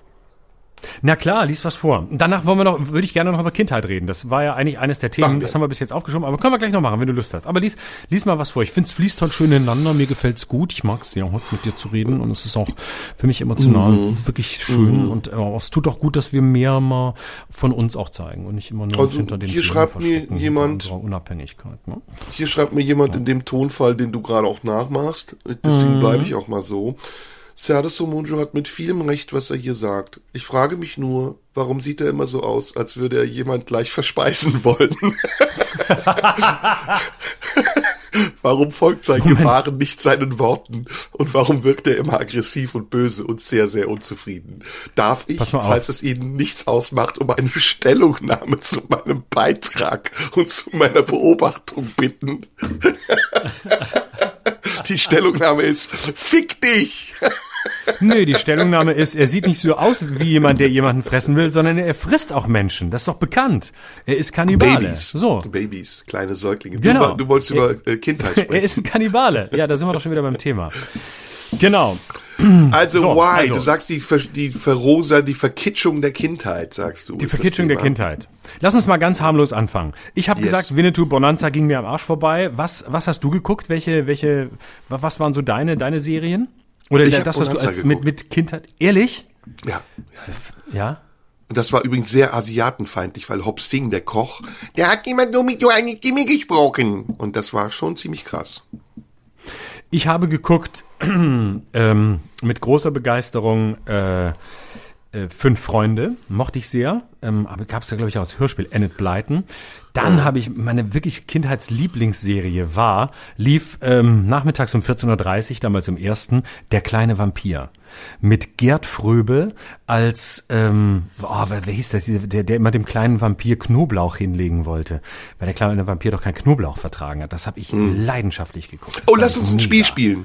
Na klar, lies was vor. Danach würde ich gerne noch über Kindheit reden. Das war ja eigentlich eines der Themen, das haben wir bis jetzt aufgeschoben, aber können wir gleich noch machen, wenn du Lust hast. Aber lies mal was vor. Ich finde, es fließt halt schön ineinander, mir gefällt's gut. Ich mag es sehr, heute mit dir zu reden und es ist auch für mich emotional wirklich schön und es tut auch gut, dass wir mehr mal von uns auch zeigen und nicht immer nur uns hinter den hier Themen schreibt mir verstecken, jemand hinter unserer Unabhängigkeit. Ne? Hier schreibt mir jemand in dem Tonfall, den du gerade auch nachmachst. Deswegen bleibe ich auch mal so. Serdar Somuncu hat mit vielem Recht, was er hier sagt. Ich frage mich nur, warum sieht er immer so aus, als würde er jemand gleich verspeisen wollen? Warum folgt sein Gebaren nicht seinen Worten? Und warum wirkt er immer aggressiv und böse und sehr, sehr unzufrieden? Darf ich, falls es Ihnen nichts ausmacht, um eine Stellungnahme zu meinem Beitrag und zu meiner Beobachtung bitten? Die Stellungnahme ist, fick dich! Nee, die Stellungnahme ist, er sieht nicht so aus wie jemand, der jemanden fressen will, sondern er frisst auch Menschen. Das ist doch bekannt. Er ist Kannibale. Babys, kleine Säuglinge. Genau. Du wolltest über Kindheit sprechen. Er ist ein Kannibale. Ja, da sind wir doch schon wieder beim Thema. Genau. Also du sagst die Verkitschung der Kindheit, sagst du. Die Verkitschung der Kindheit. Lass uns mal ganz harmlos anfangen. Ich habe gesagt, Winnetou Bonanza ging mir am Arsch vorbei. Was hast du geguckt? Was waren so deine Serien? Oder das, was du als mit Kindheit... Ehrlich? Ja. Ja? Und das war übrigens sehr asiatenfeindlich, weil Hop Singh, der Koch, der hat immer nur mit so einer Stimme gesprochen. Und das war schon ziemlich krass. Ich habe geguckt mit großer Begeisterung 5 Freunde, mochte ich sehr, aber gab es ja, glaube ich, auch als Hörspiel, Enid Blyton. Dann habe ich meine wirklich Kindheitslieblingsserie lief nachmittags um 14.30 Uhr, damals im ersten, Der kleine Vampir. Mit Gerd Fröbe als, wer hieß das, der immer dem kleinen Vampir Knoblauch hinlegen wollte, weil der kleine Vampir doch kein Knoblauch vertragen hat. Das habe ich leidenschaftlich geguckt. Lass uns ein Spiel spielen.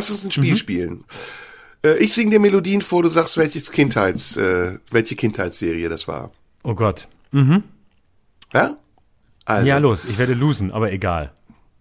Ich singe dir Melodien vor, du sagst, welche Kindheitsserie das war. Oh Gott. Ja? Also. Ja, los, ich werde losen, aber egal.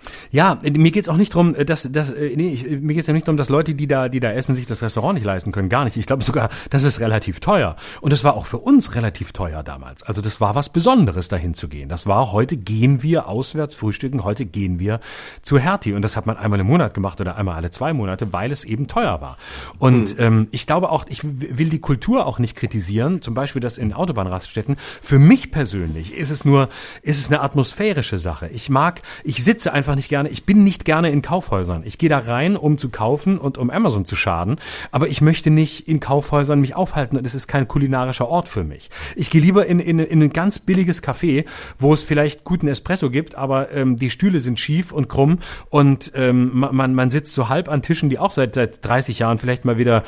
Ja, mir geht's auch nicht drum, mir geht's ja nicht drum, dass Leute, die da essen, sich das Restaurant nicht leisten können. Gar nicht. Ich glaube sogar, das ist relativ teuer. Und es war auch für uns relativ teuer damals. Also das war was Besonderes, dahin zu gehen. Das war, heute gehen wir auswärts frühstücken, heute gehen wir zu Hertie. Und das hat man einmal im Monat gemacht oder einmal alle 2 Monate, weil es eben teuer war. Und ich glaube auch, ich will die Kultur auch nicht kritisieren, zum Beispiel das in Autobahnraststätten. Für mich persönlich ist es eine atmosphärische Sache. Ich sitze einfach nicht gerne, ich bin nicht gerne in Kaufhäusern. Ich gehe da rein, um zu kaufen und um Amazon zu schaden, aber ich möchte nicht in Kaufhäusern mich aufhalten und es ist kein kulinarischer Ort für mich. Ich gehe lieber in ein ganz billiges Café, wo es vielleicht guten Espresso gibt, aber die Stühle sind schief und krumm und man sitzt so halb an Tischen, die auch seit 30 Jahren vielleicht mal wieder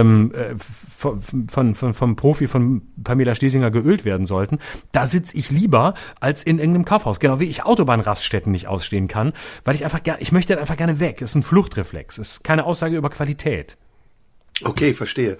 vom Profi von Pamela Stesinger geölt werden sollten. Da sitze ich lieber als in irgendeinem Kaufhaus. Genau wie ich Autobahnraststätten nicht ausstehen kann, weil ich möchte einfach gerne weg. Es ist ein Fluchtreflex. Es ist keine Aussage über Qualität. Okay, verstehe.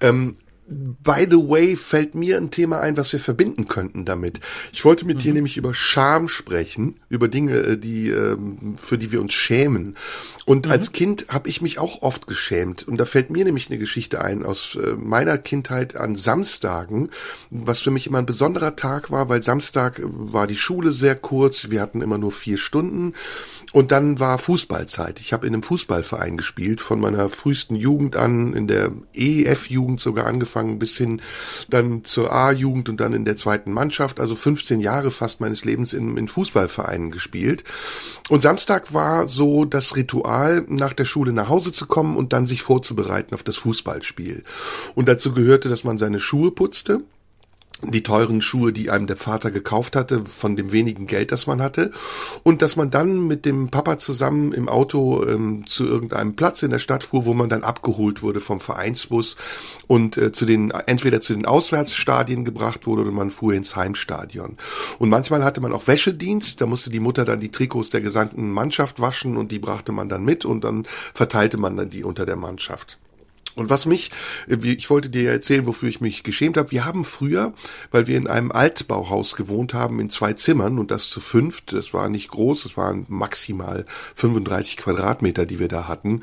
By the way, fällt mir ein Thema ein, was wir verbinden könnten damit. Ich wollte mit dir nämlich über Scham sprechen, über Dinge, für die wir uns schämen. Und als Kind habe ich mich auch oft geschämt. Und da fällt mir nämlich eine Geschichte ein aus meiner Kindheit an Samstagen, was für mich immer ein besonderer Tag war, weil Samstag war die Schule sehr kurz. Wir hatten immer nur 4 Stunden. Und dann war Fußballzeit. Ich habe in einem Fußballverein gespielt, von meiner frühesten Jugend an, in der EF-Jugend sogar angefangen, bis hin dann zur A-Jugend und dann in der 2. Mannschaft. Also 15 Jahre fast meines Lebens in Fußballvereinen gespielt. Und Samstag war so das Ritual, nach der Schule nach Hause zu kommen und dann sich vorzubereiten auf das Fußballspiel. Und dazu gehörte, dass man seine Schuhe putzte. Die teuren Schuhe, die einem der Vater gekauft hatte, von dem wenigen Geld, das man hatte. Und dass man dann mit dem Papa zusammen im Auto zu irgendeinem Platz in der Stadt fuhr, wo man dann abgeholt wurde vom Vereinsbus und entweder zu den Auswärtsstadien gebracht wurde oder man fuhr ins Heimstadion. Und manchmal hatte man auch Wäschedienst, da musste die Mutter dann die Trikots der gesamten Mannschaft waschen und die brachte man dann mit und dann verteilte man dann die unter der Mannschaft. Und ich wollte dir erzählen, wofür ich mich geschämt habe. Wir haben früher, weil wir in einem Altbauhaus gewohnt haben, in 2 Zimmern und das zu 5, das war nicht groß, das waren maximal 35 Quadratmeter, die wir da hatten.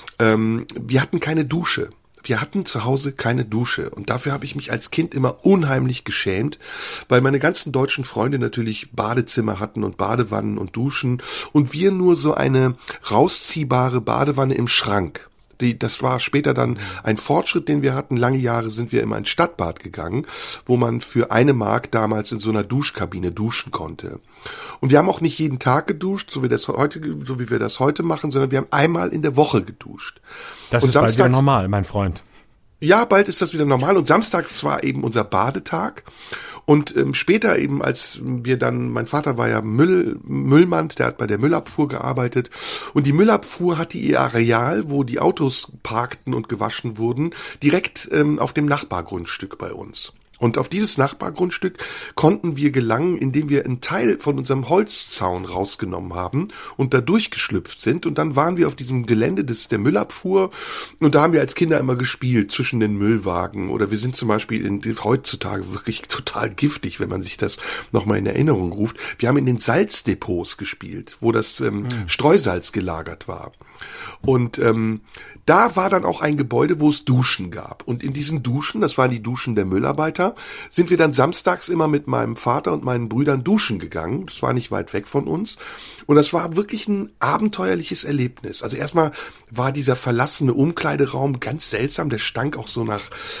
Wir hatten keine Dusche. Wir hatten zu Hause keine Dusche und dafür habe ich mich als Kind immer unheimlich geschämt, weil meine ganzen deutschen Freunde natürlich Badezimmer hatten und Badewannen und Duschen und wir nur so eine rausziehbare Badewanne im Schrank. Das war später dann ein Fortschritt, den wir hatten. Lange Jahre sind wir immer ins Stadtbad gegangen, wo man für 1 Mark damals in so einer Duschkabine duschen konnte. Und wir haben auch nicht jeden Tag geduscht, so wie wir das heute machen, sondern wir haben einmal in der Woche geduscht. Das ist bald wieder normal, mein Freund. Ja, bald ist das wieder normal. Und samstags war eben unser Badetag. Und später eben, als wir dann, mein Vater war ja Müllmann, der hat bei der Müllabfuhr gearbeitet. Und die Müllabfuhr hatte ihr Areal, wo die Autos parkten und gewaschen wurden, direkt auf dem Nachbargrundstück bei uns. Und auf dieses Nachbargrundstück konnten wir gelangen, indem wir einen Teil von unserem Holzzaun rausgenommen haben und da durchgeschlüpft sind. Und dann waren wir auf diesem Gelände der Müllabfuhr und da haben wir als Kinder immer gespielt zwischen den Müllwagen. Oder wir sind zum Beispiel heutzutage wirklich total giftig, wenn man sich das nochmal in Erinnerung ruft. Wir haben in den Salzdepots gespielt, wo das Streusalz gelagert war. Und da war dann auch ein Gebäude, wo es Duschen gab. Und in diesen Duschen, das waren die Duschen der Müllarbeiter, sind wir dann samstags immer mit meinem Vater und meinen Brüdern duschen gegangen. Das war nicht weit weg von uns. Und das war wirklich ein abenteuerliches Erlebnis. Also erstmal war dieser verlassene Umkleideraum ganz seltsam. Der stank auch so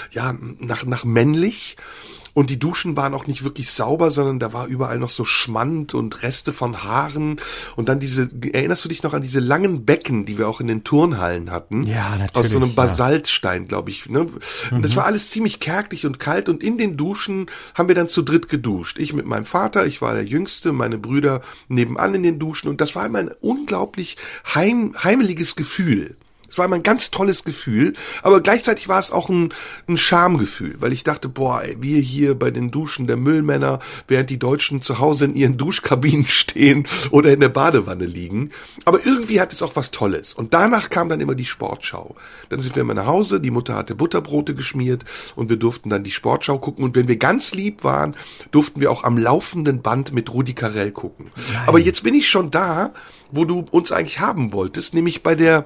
nach männlich. Und die Duschen waren auch nicht wirklich sauber, sondern da war überall noch so Schmand und Reste von Haaren. Und dann erinnerst du dich noch an diese langen Becken, die wir auch in den Turnhallen hatten? Ja, natürlich. Aus so einem Basaltstein, glaube ich. Ne? Und das war alles ziemlich kärglich und kalt. Und in den Duschen haben wir dann zu dritt geduscht. Ich mit meinem Vater, ich war der Jüngste, meine Brüder nebenan in den Duschen. Und das war immer ein unglaublich heimeliges Gefühl. Es war immer ein ganz tolles Gefühl, aber gleichzeitig war es auch ein Schamgefühl, weil ich dachte, wir hier bei den Duschen der Müllmänner, während die Deutschen zu Hause in ihren Duschkabinen stehen oder in der Badewanne liegen. Aber irgendwie hat es auch was Tolles. Und danach kam dann immer die Sportschau. Dann sind wir immer nach Hause, die Mutter hatte Butterbrote geschmiert und wir durften dann die Sportschau gucken. Und wenn wir ganz lieb waren, durften wir auch am laufenden Band mit Rudi Carrell gucken. Nein. Aber jetzt bin ich schon da, wo du uns eigentlich haben wolltest, nämlich bei der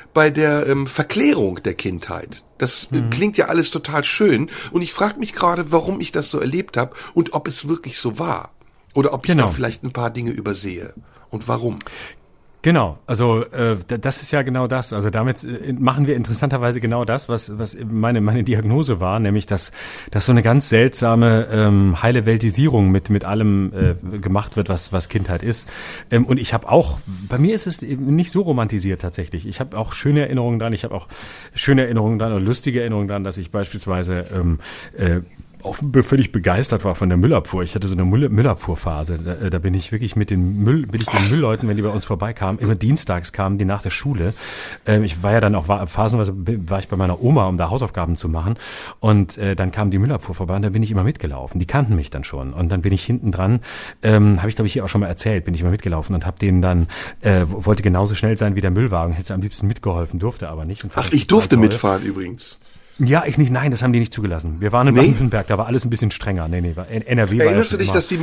Verklärung der Kindheit. Das klingt ja alles total schön und ich frage mich gerade, warum ich das so erlebt habe und ob es wirklich so war oder ob ich da vielleicht ein paar Dinge übersehe und warum. Genau, also das ist ja genau das. Also damit machen wir interessanterweise genau das, was meine Diagnose war, nämlich dass so eine ganz seltsame heile Weltisierung mit allem gemacht wird, was Kindheit ist. Und ich habe auch, bei mir ist es nicht so romantisiert tatsächlich. Ich habe auch schöne Erinnerungen dran. Ich habe auch schöne Erinnerungen dran oder lustige Erinnerungen dran, dass ich beispielsweise auch völlig begeistert war von der Müllabfuhr. Ich hatte so eine Müllabfuhrphase. Da bin ich wirklich den Müllleuten, wenn die bei uns vorbeikamen, immer dienstags kamen die nach der Schule. Ich war ja dann auch, phasenweise war ich bei meiner Oma, um da Hausaufgaben zu machen. Und dann kam die Müllabfuhr vorbei und da bin ich immer mitgelaufen. Die kannten mich dann schon. Und dann bin ich hinten dran, habe ich glaube ich hier auch schon mal erzählt, bin ich immer mitgelaufen und habe denen dann, wollte genauso schnell sein wie der Müllwagen, hätte am liebsten mitgeholfen, durfte aber nicht. Ach, ich durfte mitfahren übrigens. Ja, ich nicht, nein, das haben die nicht zugelassen. Wir waren in Baden-Württemberg, da war alles ein bisschen strenger. NRW war Erinnerst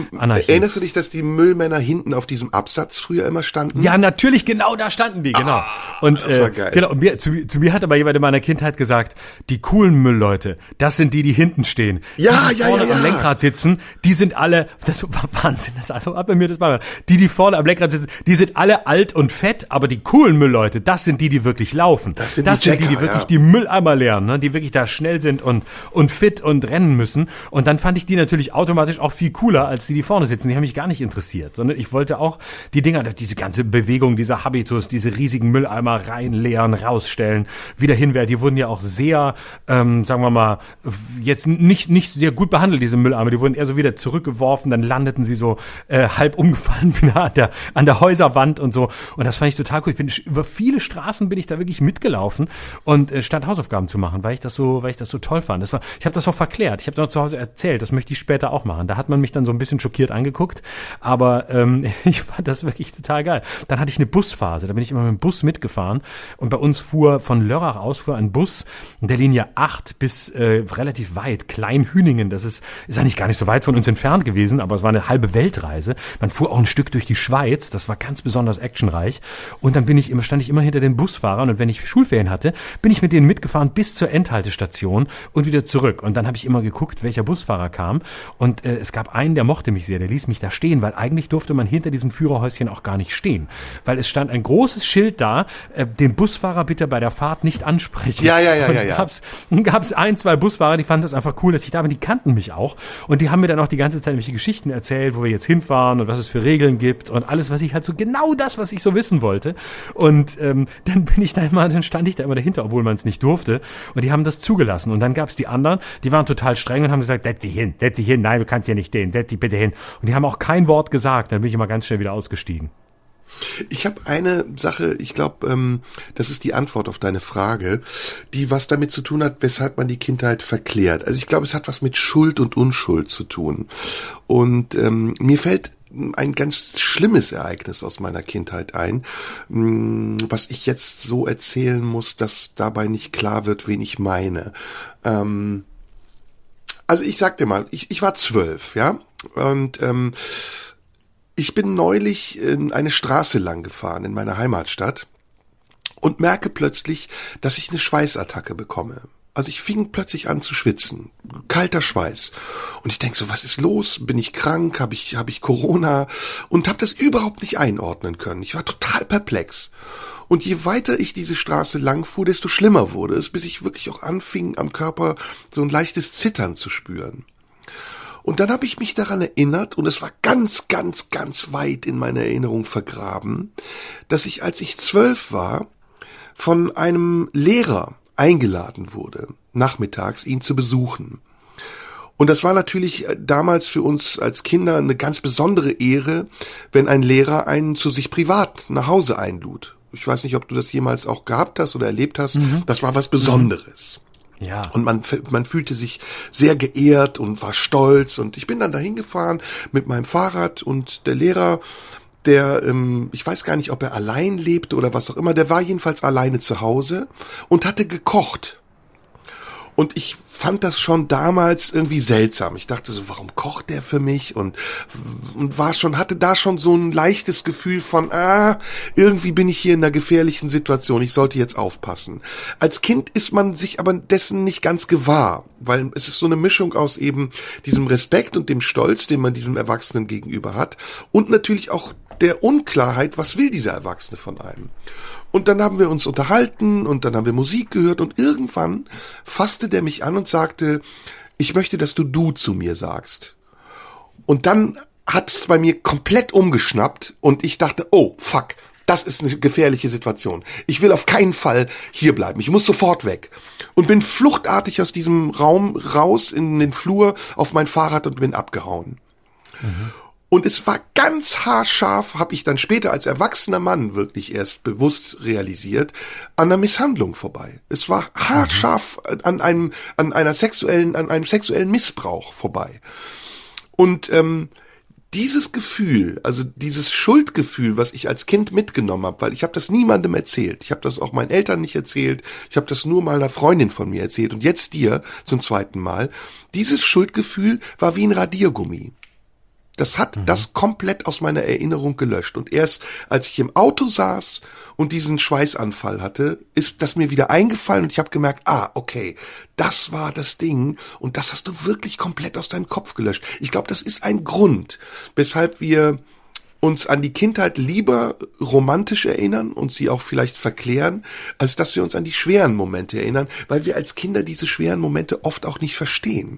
du dich, dass die Müllmänner hinten auf diesem Absatz früher immer standen? Ja, natürlich, genau da standen die, genau. Und das war geil. Genau, und zu mir hat aber jemand in meiner Kindheit gesagt, die coolen Müllleute, das sind die hinten stehen. Ja, die vorne am Lenkrad sitzen, die sind alle, das war Wahnsinn, das also ab bei mir das war. Die vorne am Lenkrad sitzen, die sind alle alt und fett, aber die coolen Müllleute, das sind die wirklich laufen. Das sind die wirklich die Mülleimer leeren, ne, die wirklich da schnell sind und fit und rennen müssen. Und dann fand ich die natürlich automatisch auch viel cooler, als die vorne sitzen. Die haben mich gar nicht interessiert, sondern ich wollte auch die Dinger, diese ganze Bewegung, dieser Habitus, diese riesigen Mülleimer reinleeren, rausstellen, wieder hinwerfen. Die wurden ja auch sehr, sagen wir mal, jetzt nicht sehr gut behandelt, diese Mülleimer. Die wurden eher so wieder zurückgeworfen, dann landeten sie so halb umgefallen wieder an der Häuserwand und so. Und das fand ich total cool. Über viele Straßen bin ich da wirklich mitgelaufen und statt Hausaufgaben zu machen, weil ich das so toll fand. Ich habe das auch verklärt. Ich habe das zu Hause erzählt. Das möchte ich später auch machen. Da hat man mich dann so ein bisschen schockiert angeguckt. Aber ich fand das wirklich total geil. Dann hatte ich eine Busphase. Da bin ich immer mit dem Bus mitgefahren. Und bei uns fuhr von Lörrach aus ein Bus in der Linie 8 bis relativ weit. Kleinhüningen. Das ist eigentlich gar nicht so weit von uns entfernt gewesen. Aber es war eine halbe Weltreise. Man fuhr auch ein Stück durch die Schweiz. Das war ganz besonders actionreich. Und dann stand ich immer hinter den Busfahrern. Und wenn ich Schulferien hatte, bin ich mit denen mitgefahren bis zur Endhaltestation und wieder zurück. Und dann habe ich immer geguckt, welcher Busfahrer kam. Und es gab einen, der mochte mich sehr, der ließ mich da stehen, weil eigentlich durfte man hinter diesem Führerhäuschen auch gar nicht stehen. Weil es stand ein großes Schild da, den Busfahrer bitte bei der Fahrt nicht ansprechen. Ja. Gab's 1-2 Busfahrer, die fanden das einfach cool, dass ich da bin, die kannten mich auch. Und die haben mir dann auch die ganze Zeit irgendwelche Geschichten erzählt, wo wir jetzt hinfahren und was es für Regeln gibt und alles, was ich halt so, genau das, was ich so wissen wollte. Und dann stand ich da immer dahinter, obwohl man es nicht durfte. Und die haben das zugelassen. Und dann gab's die anderen, die waren total streng und haben gesagt, setz dich hin, nein, du kannst ja nicht stehen, setz dich bitte hin. Und die haben auch kein Wort gesagt, dann bin ich immer ganz schnell wieder ausgestiegen. Ich habe eine Sache, ich glaube, das ist die Antwort auf deine Frage, die was damit zu tun hat, weshalb man die Kindheit verklärt. Also ich glaube, es hat was mit Schuld und Unschuld zu tun. Und mir fällt ein ganz schlimmes Ereignis aus meiner Kindheit ein, was ich jetzt so erzählen muss, dass dabei nicht klar wird, wen ich meine. Also ich sag dir mal, ich war 12, ja, und ich bin neulich eine Straße lang gefahren in meiner Heimatstadt und merke plötzlich, dass ich eine Schweißattacke bekomme. Also ich fing plötzlich an zu schwitzen. Kalter Schweiß. Und ich denk so, was ist los? Bin ich krank? Hab ich Corona? Und habe das überhaupt nicht einordnen können. Ich war total perplex. Und je weiter ich diese Straße lang fuhr, desto schlimmer wurde es, bis ich wirklich auch anfing, am Körper so ein leichtes Zittern zu spüren. Und dann habe ich mich daran erinnert, und es war ganz, ganz, ganz weit in meiner Erinnerung vergraben, dass ich, als ich 12 war, von einem Lehrer eingeladen wurde, nachmittags ihn zu besuchen. Und das war natürlich damals für uns als Kinder eine ganz besondere Ehre, wenn ein Lehrer einen zu sich privat nach Hause einlud. Ich weiß nicht, ob du das jemals auch gehabt hast oder erlebt hast. Das war was Besonderes. Ja. Und man fühlte sich sehr geehrt und war stolz. Und ich bin dann dahin gefahren mit meinem Fahrrad, und der Lehrer, der, ich weiß gar nicht, ob er allein lebte oder was auch immer, der war jedenfalls alleine zu Hause und hatte gekocht. Und ich fand das schon damals irgendwie seltsam. Ich dachte so, warum kocht der für mich? Und hatte da schon so ein leichtes Gefühl von, irgendwie bin ich hier in einer gefährlichen Situation. Ich sollte jetzt aufpassen. Als Kind ist man sich aber dessen nicht ganz gewahr, weil es ist so eine Mischung aus eben diesem Respekt und dem Stolz, den man diesem Erwachsenen gegenüber hat, und natürlich auch der Unklarheit, was will dieser Erwachsene von einem? Und dann haben wir uns unterhalten und dann haben wir Musik gehört und irgendwann fasste der mich an und sagte, ich möchte, dass du zu mir sagst. Und dann hat es bei mir komplett umgeschnappt und ich dachte, oh, fuck, das ist eine gefährliche Situation. Ich will auf keinen Fall hier bleiben. Ich muss sofort weg. Und bin fluchtartig aus diesem Raum raus in den Flur auf mein Fahrrad und bin abgehauen. Mhm. Und es war ganz haarscharf, habe ich dann später als erwachsener Mann wirklich erst bewusst realisiert, an einer Misshandlung vorbei. Es war haarscharf an einem sexuellen Missbrauch vorbei. Und dieses Gefühl, also dieses Schuldgefühl, was ich als Kind mitgenommen habe, weil ich habe das niemandem erzählt. Ich habe das auch meinen Eltern nicht erzählt. Ich habe das nur mal einer Freundin von mir erzählt und jetzt dir zum zweiten Mal. Dieses Schuldgefühl war wie ein Radiergummi. Das hat das komplett aus meiner Erinnerung gelöscht. Und erst als ich im Auto saß und diesen Schweißanfall hatte, ist das mir wieder eingefallen und ich habe gemerkt, okay, das war das Ding und das hast du wirklich komplett aus deinem Kopf gelöscht. Ich glaube, das ist ein Grund, weshalb wir uns an die Kindheit lieber romantisch erinnern und sie auch vielleicht verklären, als dass wir uns an die schweren Momente erinnern, weil wir als Kinder diese schweren Momente oft auch nicht verstehen.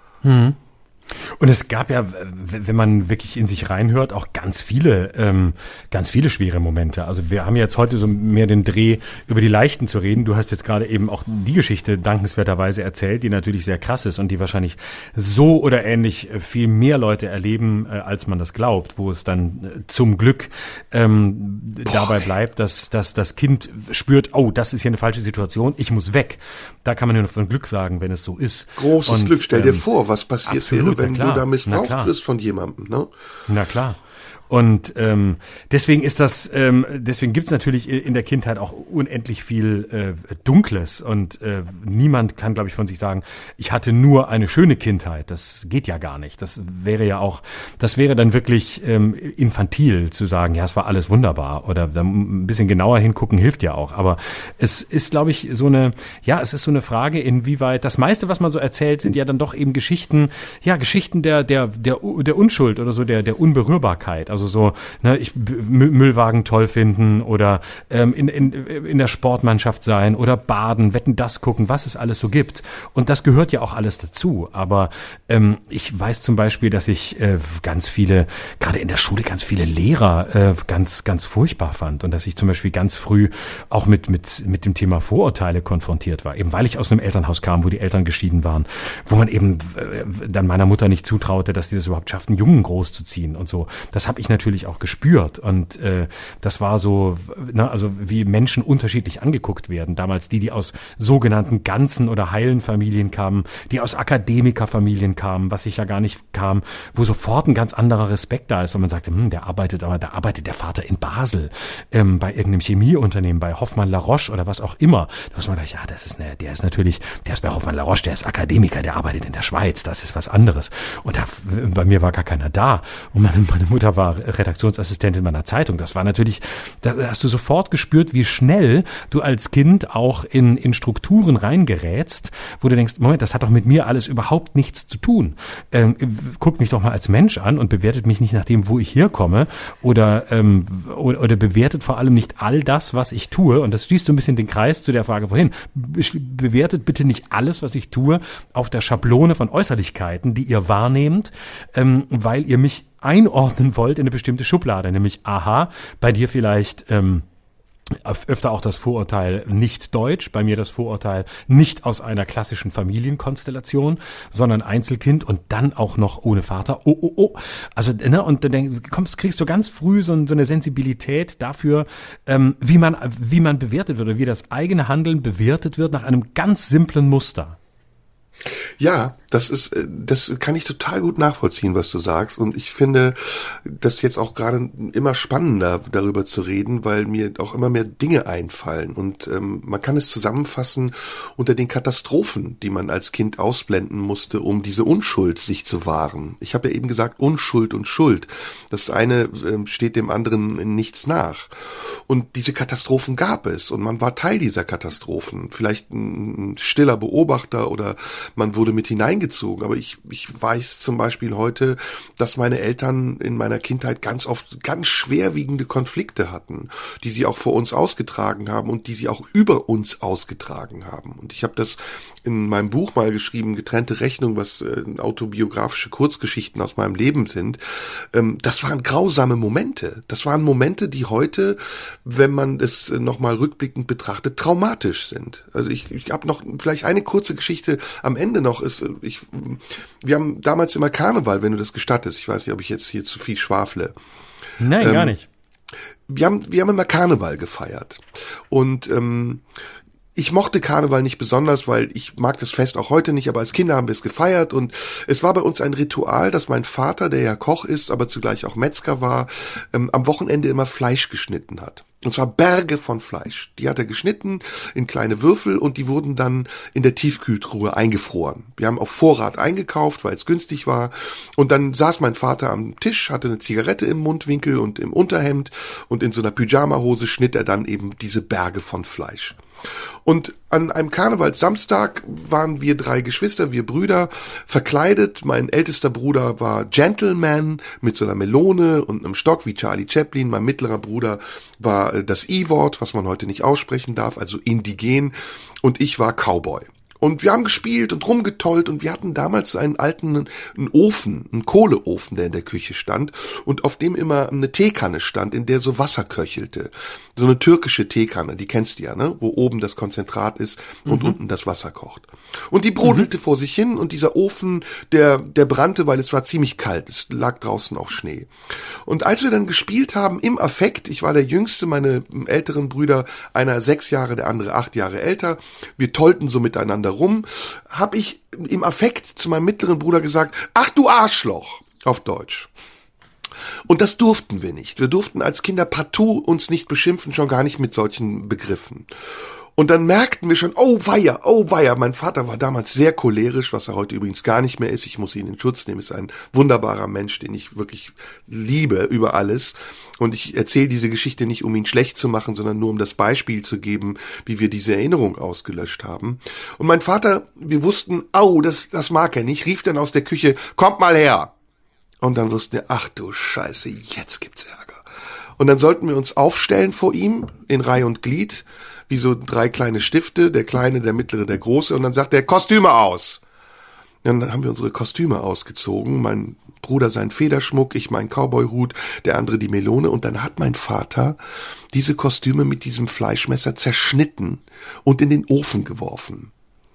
Und es gab ja, wenn man wirklich in sich reinhört, auch ganz viele schwere Momente. Also wir haben jetzt heute so mehr den Dreh, über die leichten zu reden. Du hast jetzt gerade eben auch die Geschichte dankenswerterweise erzählt, die natürlich sehr krass ist und die wahrscheinlich so oder ähnlich viel mehr Leute erleben, als man das glaubt, wo es dann zum Glück dabei bleibt, dass das Kind spürt, oh, das ist hier eine falsche Situation, ich muss weg. Da kann man nur von Glück sagen, wenn es so ist. Großes Glück, stell dir vor, was passiert wäre, wenn du da missbraucht wirst von jemandem, ne? Na klar. Und deswegen ist das, deswegen gibt's natürlich in der Kindheit auch unendlich viel Dunkles und niemand kann, glaube ich, von sich sagen, ich hatte nur eine schöne Kindheit. Das geht ja gar nicht. Das wäre dann wirklich infantil zu sagen, ja, es war alles wunderbar oder dann ein bisschen genauer hingucken hilft ja auch. Aber es ist, glaube ich, es ist so eine Frage, inwieweit das meiste, was man so erzählt, sind ja dann doch eben Geschichten der Unschuld oder so der Unberührbarkeit. Also so, ich Müllwagen toll finden oder in der Sportmannschaft sein oder baden, Wetten, das gucken, was es alles so gibt. Und das gehört ja auch alles dazu. Aber ich weiß zum Beispiel, dass ich ganz viele, gerade in der Schule, ganz viele Lehrer ganz, ganz furchtbar fand. Und dass ich zum Beispiel ganz früh auch mit dem Thema Vorurteile konfrontiert war. Eben weil ich aus einem Elternhaus kam, wo die Eltern geschieden waren, wo man eben dann meiner Mutter nicht zutraute, dass die das überhaupt schafft, einen Jungen großzuziehen und so. Das habe ich natürlich auch gespürt und das war so, also wie Menschen unterschiedlich angeguckt werden. Damals die aus sogenannten ganzen oder heilen Familien kamen, die aus Akademikerfamilien kamen, was ich ja gar nicht kam, wo sofort ein ganz anderer Respekt da ist, wenn man sagte, da arbeitet der Vater in Basel, bei irgendeinem Chemieunternehmen, bei Hoffmann La Roche oder was auch immer. Da muss man gleich, der ist bei Hoffmann La Roche, der ist Akademiker, der arbeitet in der Schweiz, das ist was anderes. Und bei mir war gar keiner da und meine Mutter war Redaktionsassistentin meiner Zeitung. Das war natürlich, da hast du sofort gespürt, wie schnell du als Kind auch in Strukturen reingerätst, wo du denkst, Moment, das hat doch mit mir alles überhaupt nichts zu tun. Guckt mich doch mal als Mensch an und bewertet mich nicht nach dem, wo ich herkomme oder bewertet vor allem nicht all das, was ich tue. Und das schließt so ein bisschen den Kreis zu der Frage vorhin. Bewertet bitte nicht alles, was ich tue, auf der Schablone von Äußerlichkeiten, die ihr wahrnehmt, weil ihr mich einordnen wollt in eine bestimmte Schublade, nämlich bei dir vielleicht öfter auch das Vorurteil nicht deutsch, bei mir das Vorurteil nicht aus einer klassischen Familienkonstellation, sondern Einzelkind und dann auch noch ohne Vater. Also, und dann kriegst du ganz früh so eine Sensibilität dafür, wie man bewertet wird oder wie das eigene Handeln bewertet wird nach einem ganz simplen Muster. Ja, Das kann ich total gut nachvollziehen, was du sagst. Und ich finde das jetzt auch gerade immer spannender, darüber zu reden, weil mir auch immer mehr Dinge einfallen. Und man kann es zusammenfassen unter den Katastrophen, die man als Kind ausblenden musste, um diese Unschuld sich zu wahren. Ich habe ja eben gesagt, Unschuld und Schuld. Das eine steht dem anderen in nichts nach. Und diese Katastrophen gab es. Und man war Teil dieser Katastrophen. Vielleicht ein stiller Beobachter oder man wurde mit hineingezogen. Aber ich weiß zum Beispiel heute, dass meine Eltern in meiner Kindheit ganz oft ganz schwerwiegende Konflikte hatten, die sie auch vor uns ausgetragen haben und die sie auch über uns ausgetragen haben. Und ich habe das in meinem Buch mal geschrieben, getrennte Rechnung, was autobiografische Kurzgeschichten aus meinem Leben sind. Das waren grausame Momente. Das waren Momente, die heute, wenn man es nochmal rückblickend betrachtet, traumatisch sind. Also ich habe noch vielleicht eine kurze Geschichte am Ende noch. Wir haben damals immer Karneval, wenn du das gestattest. Ich weiß nicht, ob ich jetzt hier zu viel schwafle. Nein, gar nicht. Wir haben immer Karneval gefeiert. Und ich mochte Karneval nicht besonders, weil ich mag das Fest auch heute nicht, aber als Kinder haben wir es gefeiert und es war bei uns ein Ritual, dass mein Vater, der ja Koch ist, aber zugleich auch Metzger war, am Wochenende immer Fleisch geschnitten hat. Und zwar Berge von Fleisch. Die hat er geschnitten in kleine Würfel und die wurden dann in der Tiefkühltruhe eingefroren. Wir haben auf Vorrat eingekauft, weil es günstig war. Und dann saß mein Vater am Tisch, hatte eine Zigarette im Mundwinkel und im Unterhemd und in so einer Pyjamahose schnitt er dann eben diese Berge von Fleisch. Und an einem Karnevalssamstag waren wir 3 Geschwister, wir Brüder, verkleidet. Mein ältester Bruder war Gentleman mit so einer Melone und einem Stock wie Charlie Chaplin. Mein mittlerer Bruder war das I-Wort, was man heute nicht aussprechen darf, also indigen. Und ich war Cowboy. Und wir haben gespielt und rumgetollt und wir hatten damals einen alten Ofen, einen Kohleofen, der in der Küche stand und auf dem immer eine Teekanne stand, in der so Wasser köchelte. So eine türkische Teekanne, die kennst du ja, ne? Wo oben das Konzentrat ist und unten das Wasser kocht. Und die brodelte vor sich hin und dieser Ofen, der brannte, weil es war ziemlich kalt. Es lag draußen auch Schnee. Und als wir dann gespielt haben, im Affekt, ich war der Jüngste, meine älteren Brüder, einer 6 Jahre, der andere 8 Jahre älter, wir tollten so miteinander rum, habe ich im Affekt zu meinem mittleren Bruder gesagt, ach du Arschloch, auf Deutsch. Und das durften wir nicht. Wir durften als Kinder partout uns nicht beschimpfen, schon gar nicht mit solchen Begriffen. Und dann merkten wir schon, oh weia, mein Vater war damals sehr cholerisch, was er heute übrigens gar nicht mehr ist. Ich muss ihn in Schutz nehmen, ist ein wunderbarer Mensch, den ich wirklich liebe über alles. Und ich erzähle diese Geschichte nicht, um ihn schlecht zu machen, sondern nur um das Beispiel zu geben, wie wir diese Erinnerung ausgelöscht haben. Und mein Vater, wir wussten, das mag er nicht, rief dann aus der Küche, kommt mal her. Und dann wussten wir, ach du Scheiße, jetzt gibt's Ärger. Und dann sollten wir uns aufstellen vor ihm, in Reihe und Glied, wie so 3 kleine Stifte, der Kleine, der Mittlere, der Große, und dann sagt er, Kostüme aus. Und dann haben wir unsere Kostüme ausgezogen, mein Bruder seinen Federschmuck, ich meinen Cowboyhut, der andere die Melone, und dann hat mein Vater diese Kostüme mit diesem Fleischmesser zerschnitten und in den Ofen geworfen.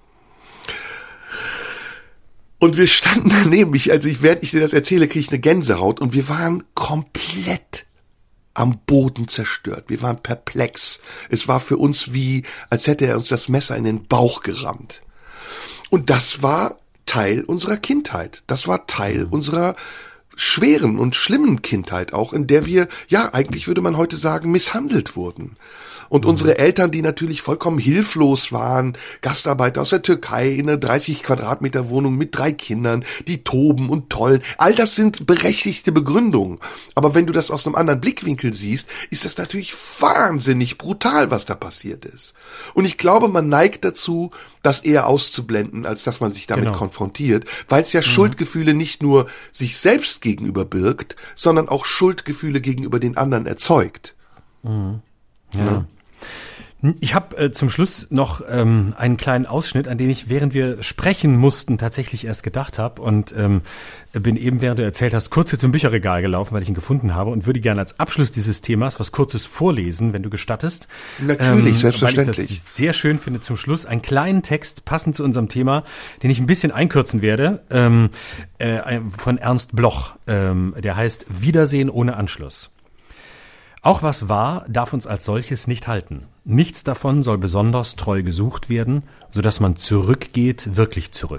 Und wir standen daneben, während ich dir das erzähle, kriege ich eine Gänsehaut, und wir waren komplett am Boden zerstört. Wir waren perplex. Es war für uns wie, als hätte er uns das Messer in den Bauch gerammt. Und das war Teil unserer Kindheit. Das war Teil unserer schweren und schlimmen Kindheit auch, in der wir, ja, eigentlich würde man heute sagen, misshandelt wurden. Und unsere Eltern, die natürlich vollkommen hilflos waren, Gastarbeiter aus der Türkei in einer 30 Quadratmeter Wohnung mit 3 Kindern, die toben und tollen. All das sind berechtigte Begründungen. Aber wenn du das aus einem anderen Blickwinkel siehst, ist das natürlich wahnsinnig brutal, was da passiert ist. Und ich glaube, man neigt dazu, das eher auszublenden, als dass man sich damit konfrontiert, weil es ja Schuldgefühle nicht nur sich selbst gegenüber birgt, sondern auch Schuldgefühle gegenüber den anderen erzeugt. Ja. Ich habe zum Schluss noch einen kleinen Ausschnitt, an den ich, während wir sprechen mussten, tatsächlich erst gedacht habe und bin eben, während du erzählt hast, kurz hier zum Bücherregal gelaufen, weil ich ihn gefunden habe und würde gerne als Abschluss dieses Themas was Kurzes vorlesen, wenn du gestattest. Natürlich, selbstverständlich. Weil ich das sehr schön finde zum Schluss. Einen kleinen Text, passend zu unserem Thema, den ich ein bisschen einkürzen werde, von Ernst Bloch. Der heißt Wiedersehen ohne Anschluss. Auch was war, darf uns als solches nicht halten. Nichts davon soll besonders treu gesucht werden, sodass man zurückgeht, wirklich zurück.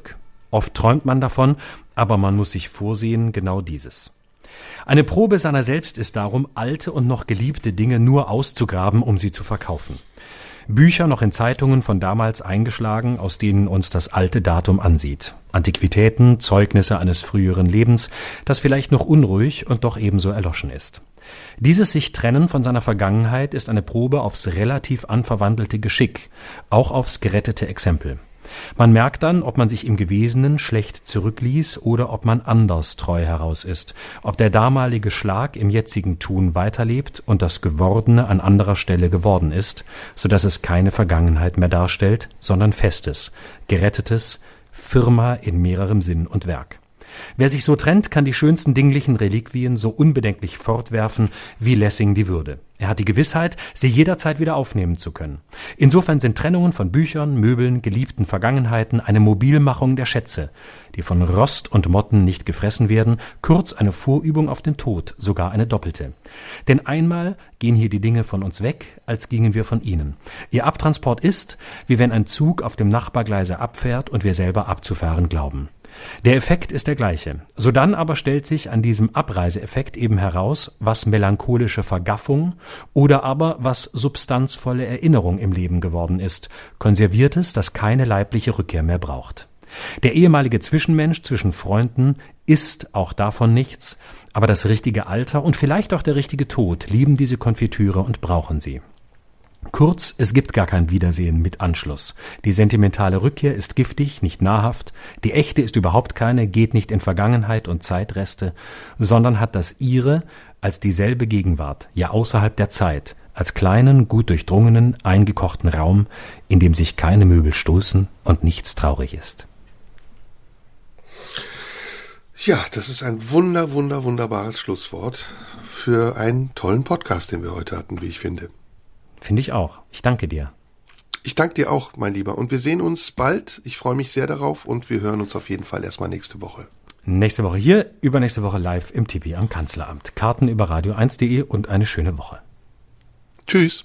Oft träumt man davon, aber man muss sich vorsehen, genau dieses. Eine Probe seiner selbst ist darum, alte und noch geliebte Dinge nur auszugraben, um sie zu verkaufen. Bücher noch in Zeitungen von damals eingeschlagen, aus denen uns das alte Datum ansieht. Antiquitäten, Zeugnisse eines früheren Lebens, das vielleicht noch unruhig und doch ebenso erloschen ist. Dieses sich trennen von seiner Vergangenheit ist eine Probe aufs relativ anverwandelte Geschick, auch aufs gerettete Exempel. Man merkt dann, ob man sich im Gewesenen schlecht zurückließ oder ob man anders treu heraus ist, ob der damalige Schlag im jetzigen Tun weiterlebt und das Gewordene an anderer Stelle geworden ist, so dass es keine Vergangenheit mehr darstellt, sondern Festes, Gerettetes, Firma in mehrerem Sinn und Werk. Wer sich so trennt, kann die schönsten dinglichen Reliquien so unbedenklich fortwerfen wie Lessing die Würde. Er hat die Gewissheit, sie jederzeit wieder aufnehmen zu können. Insofern sind Trennungen von Büchern, Möbeln, geliebten Vergangenheiten eine Mobilmachung der Schätze, die von Rost und Motten nicht gefressen werden, kurz eine Vorübung auf den Tod, sogar eine doppelte. Denn einmal gehen hier die Dinge von uns weg, als gingen wir von ihnen. Ihr Abtransport ist, wie wenn ein Zug auf dem Nachbargleise abfährt und wir selber abzufahren glauben. Der Effekt ist der gleiche. Sodann aber stellt sich an diesem Abreiseeffekt eben heraus, was melancholische Vergaffung oder aber was substanzvolle Erinnerung im Leben geworden ist, Konserviertes, das keine leibliche Rückkehr mehr braucht. Der ehemalige Zwischenmensch zwischen Freunden ist auch davon nichts, aber das richtige Alter und vielleicht auch der richtige Tod lieben diese Konfitüre und brauchen sie. Kurz, es gibt gar kein Wiedersehen mit Anschluss. Die sentimentale Rückkehr ist giftig, nicht nahrhaft, die echte ist überhaupt keine, geht nicht in Vergangenheit und Zeitreste, sondern hat das ihre als dieselbe Gegenwart, ja außerhalb der Zeit, als kleinen, gut durchdrungenen, eingekochten Raum, in dem sich keine Möbel stoßen und nichts traurig ist. Ja, das ist ein wunderbares Schlusswort für einen tollen Podcast, den wir heute hatten, wie ich finde. Finde ich auch. Ich danke dir. Ich danke dir auch, mein Lieber. Und wir sehen uns bald. Ich freue mich sehr darauf und wir hören uns auf jeden Fall erstmal nächste Woche. Nächste Woche hier, übernächste Woche live im Tipi am Kanzleramt. Karten über radio1.de und eine schöne Woche. Tschüss.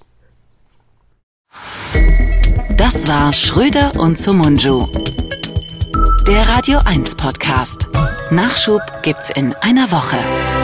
Das war Schröder und Sumunju. Der Radio 1 Podcast. Nachschub gibt's in einer Woche.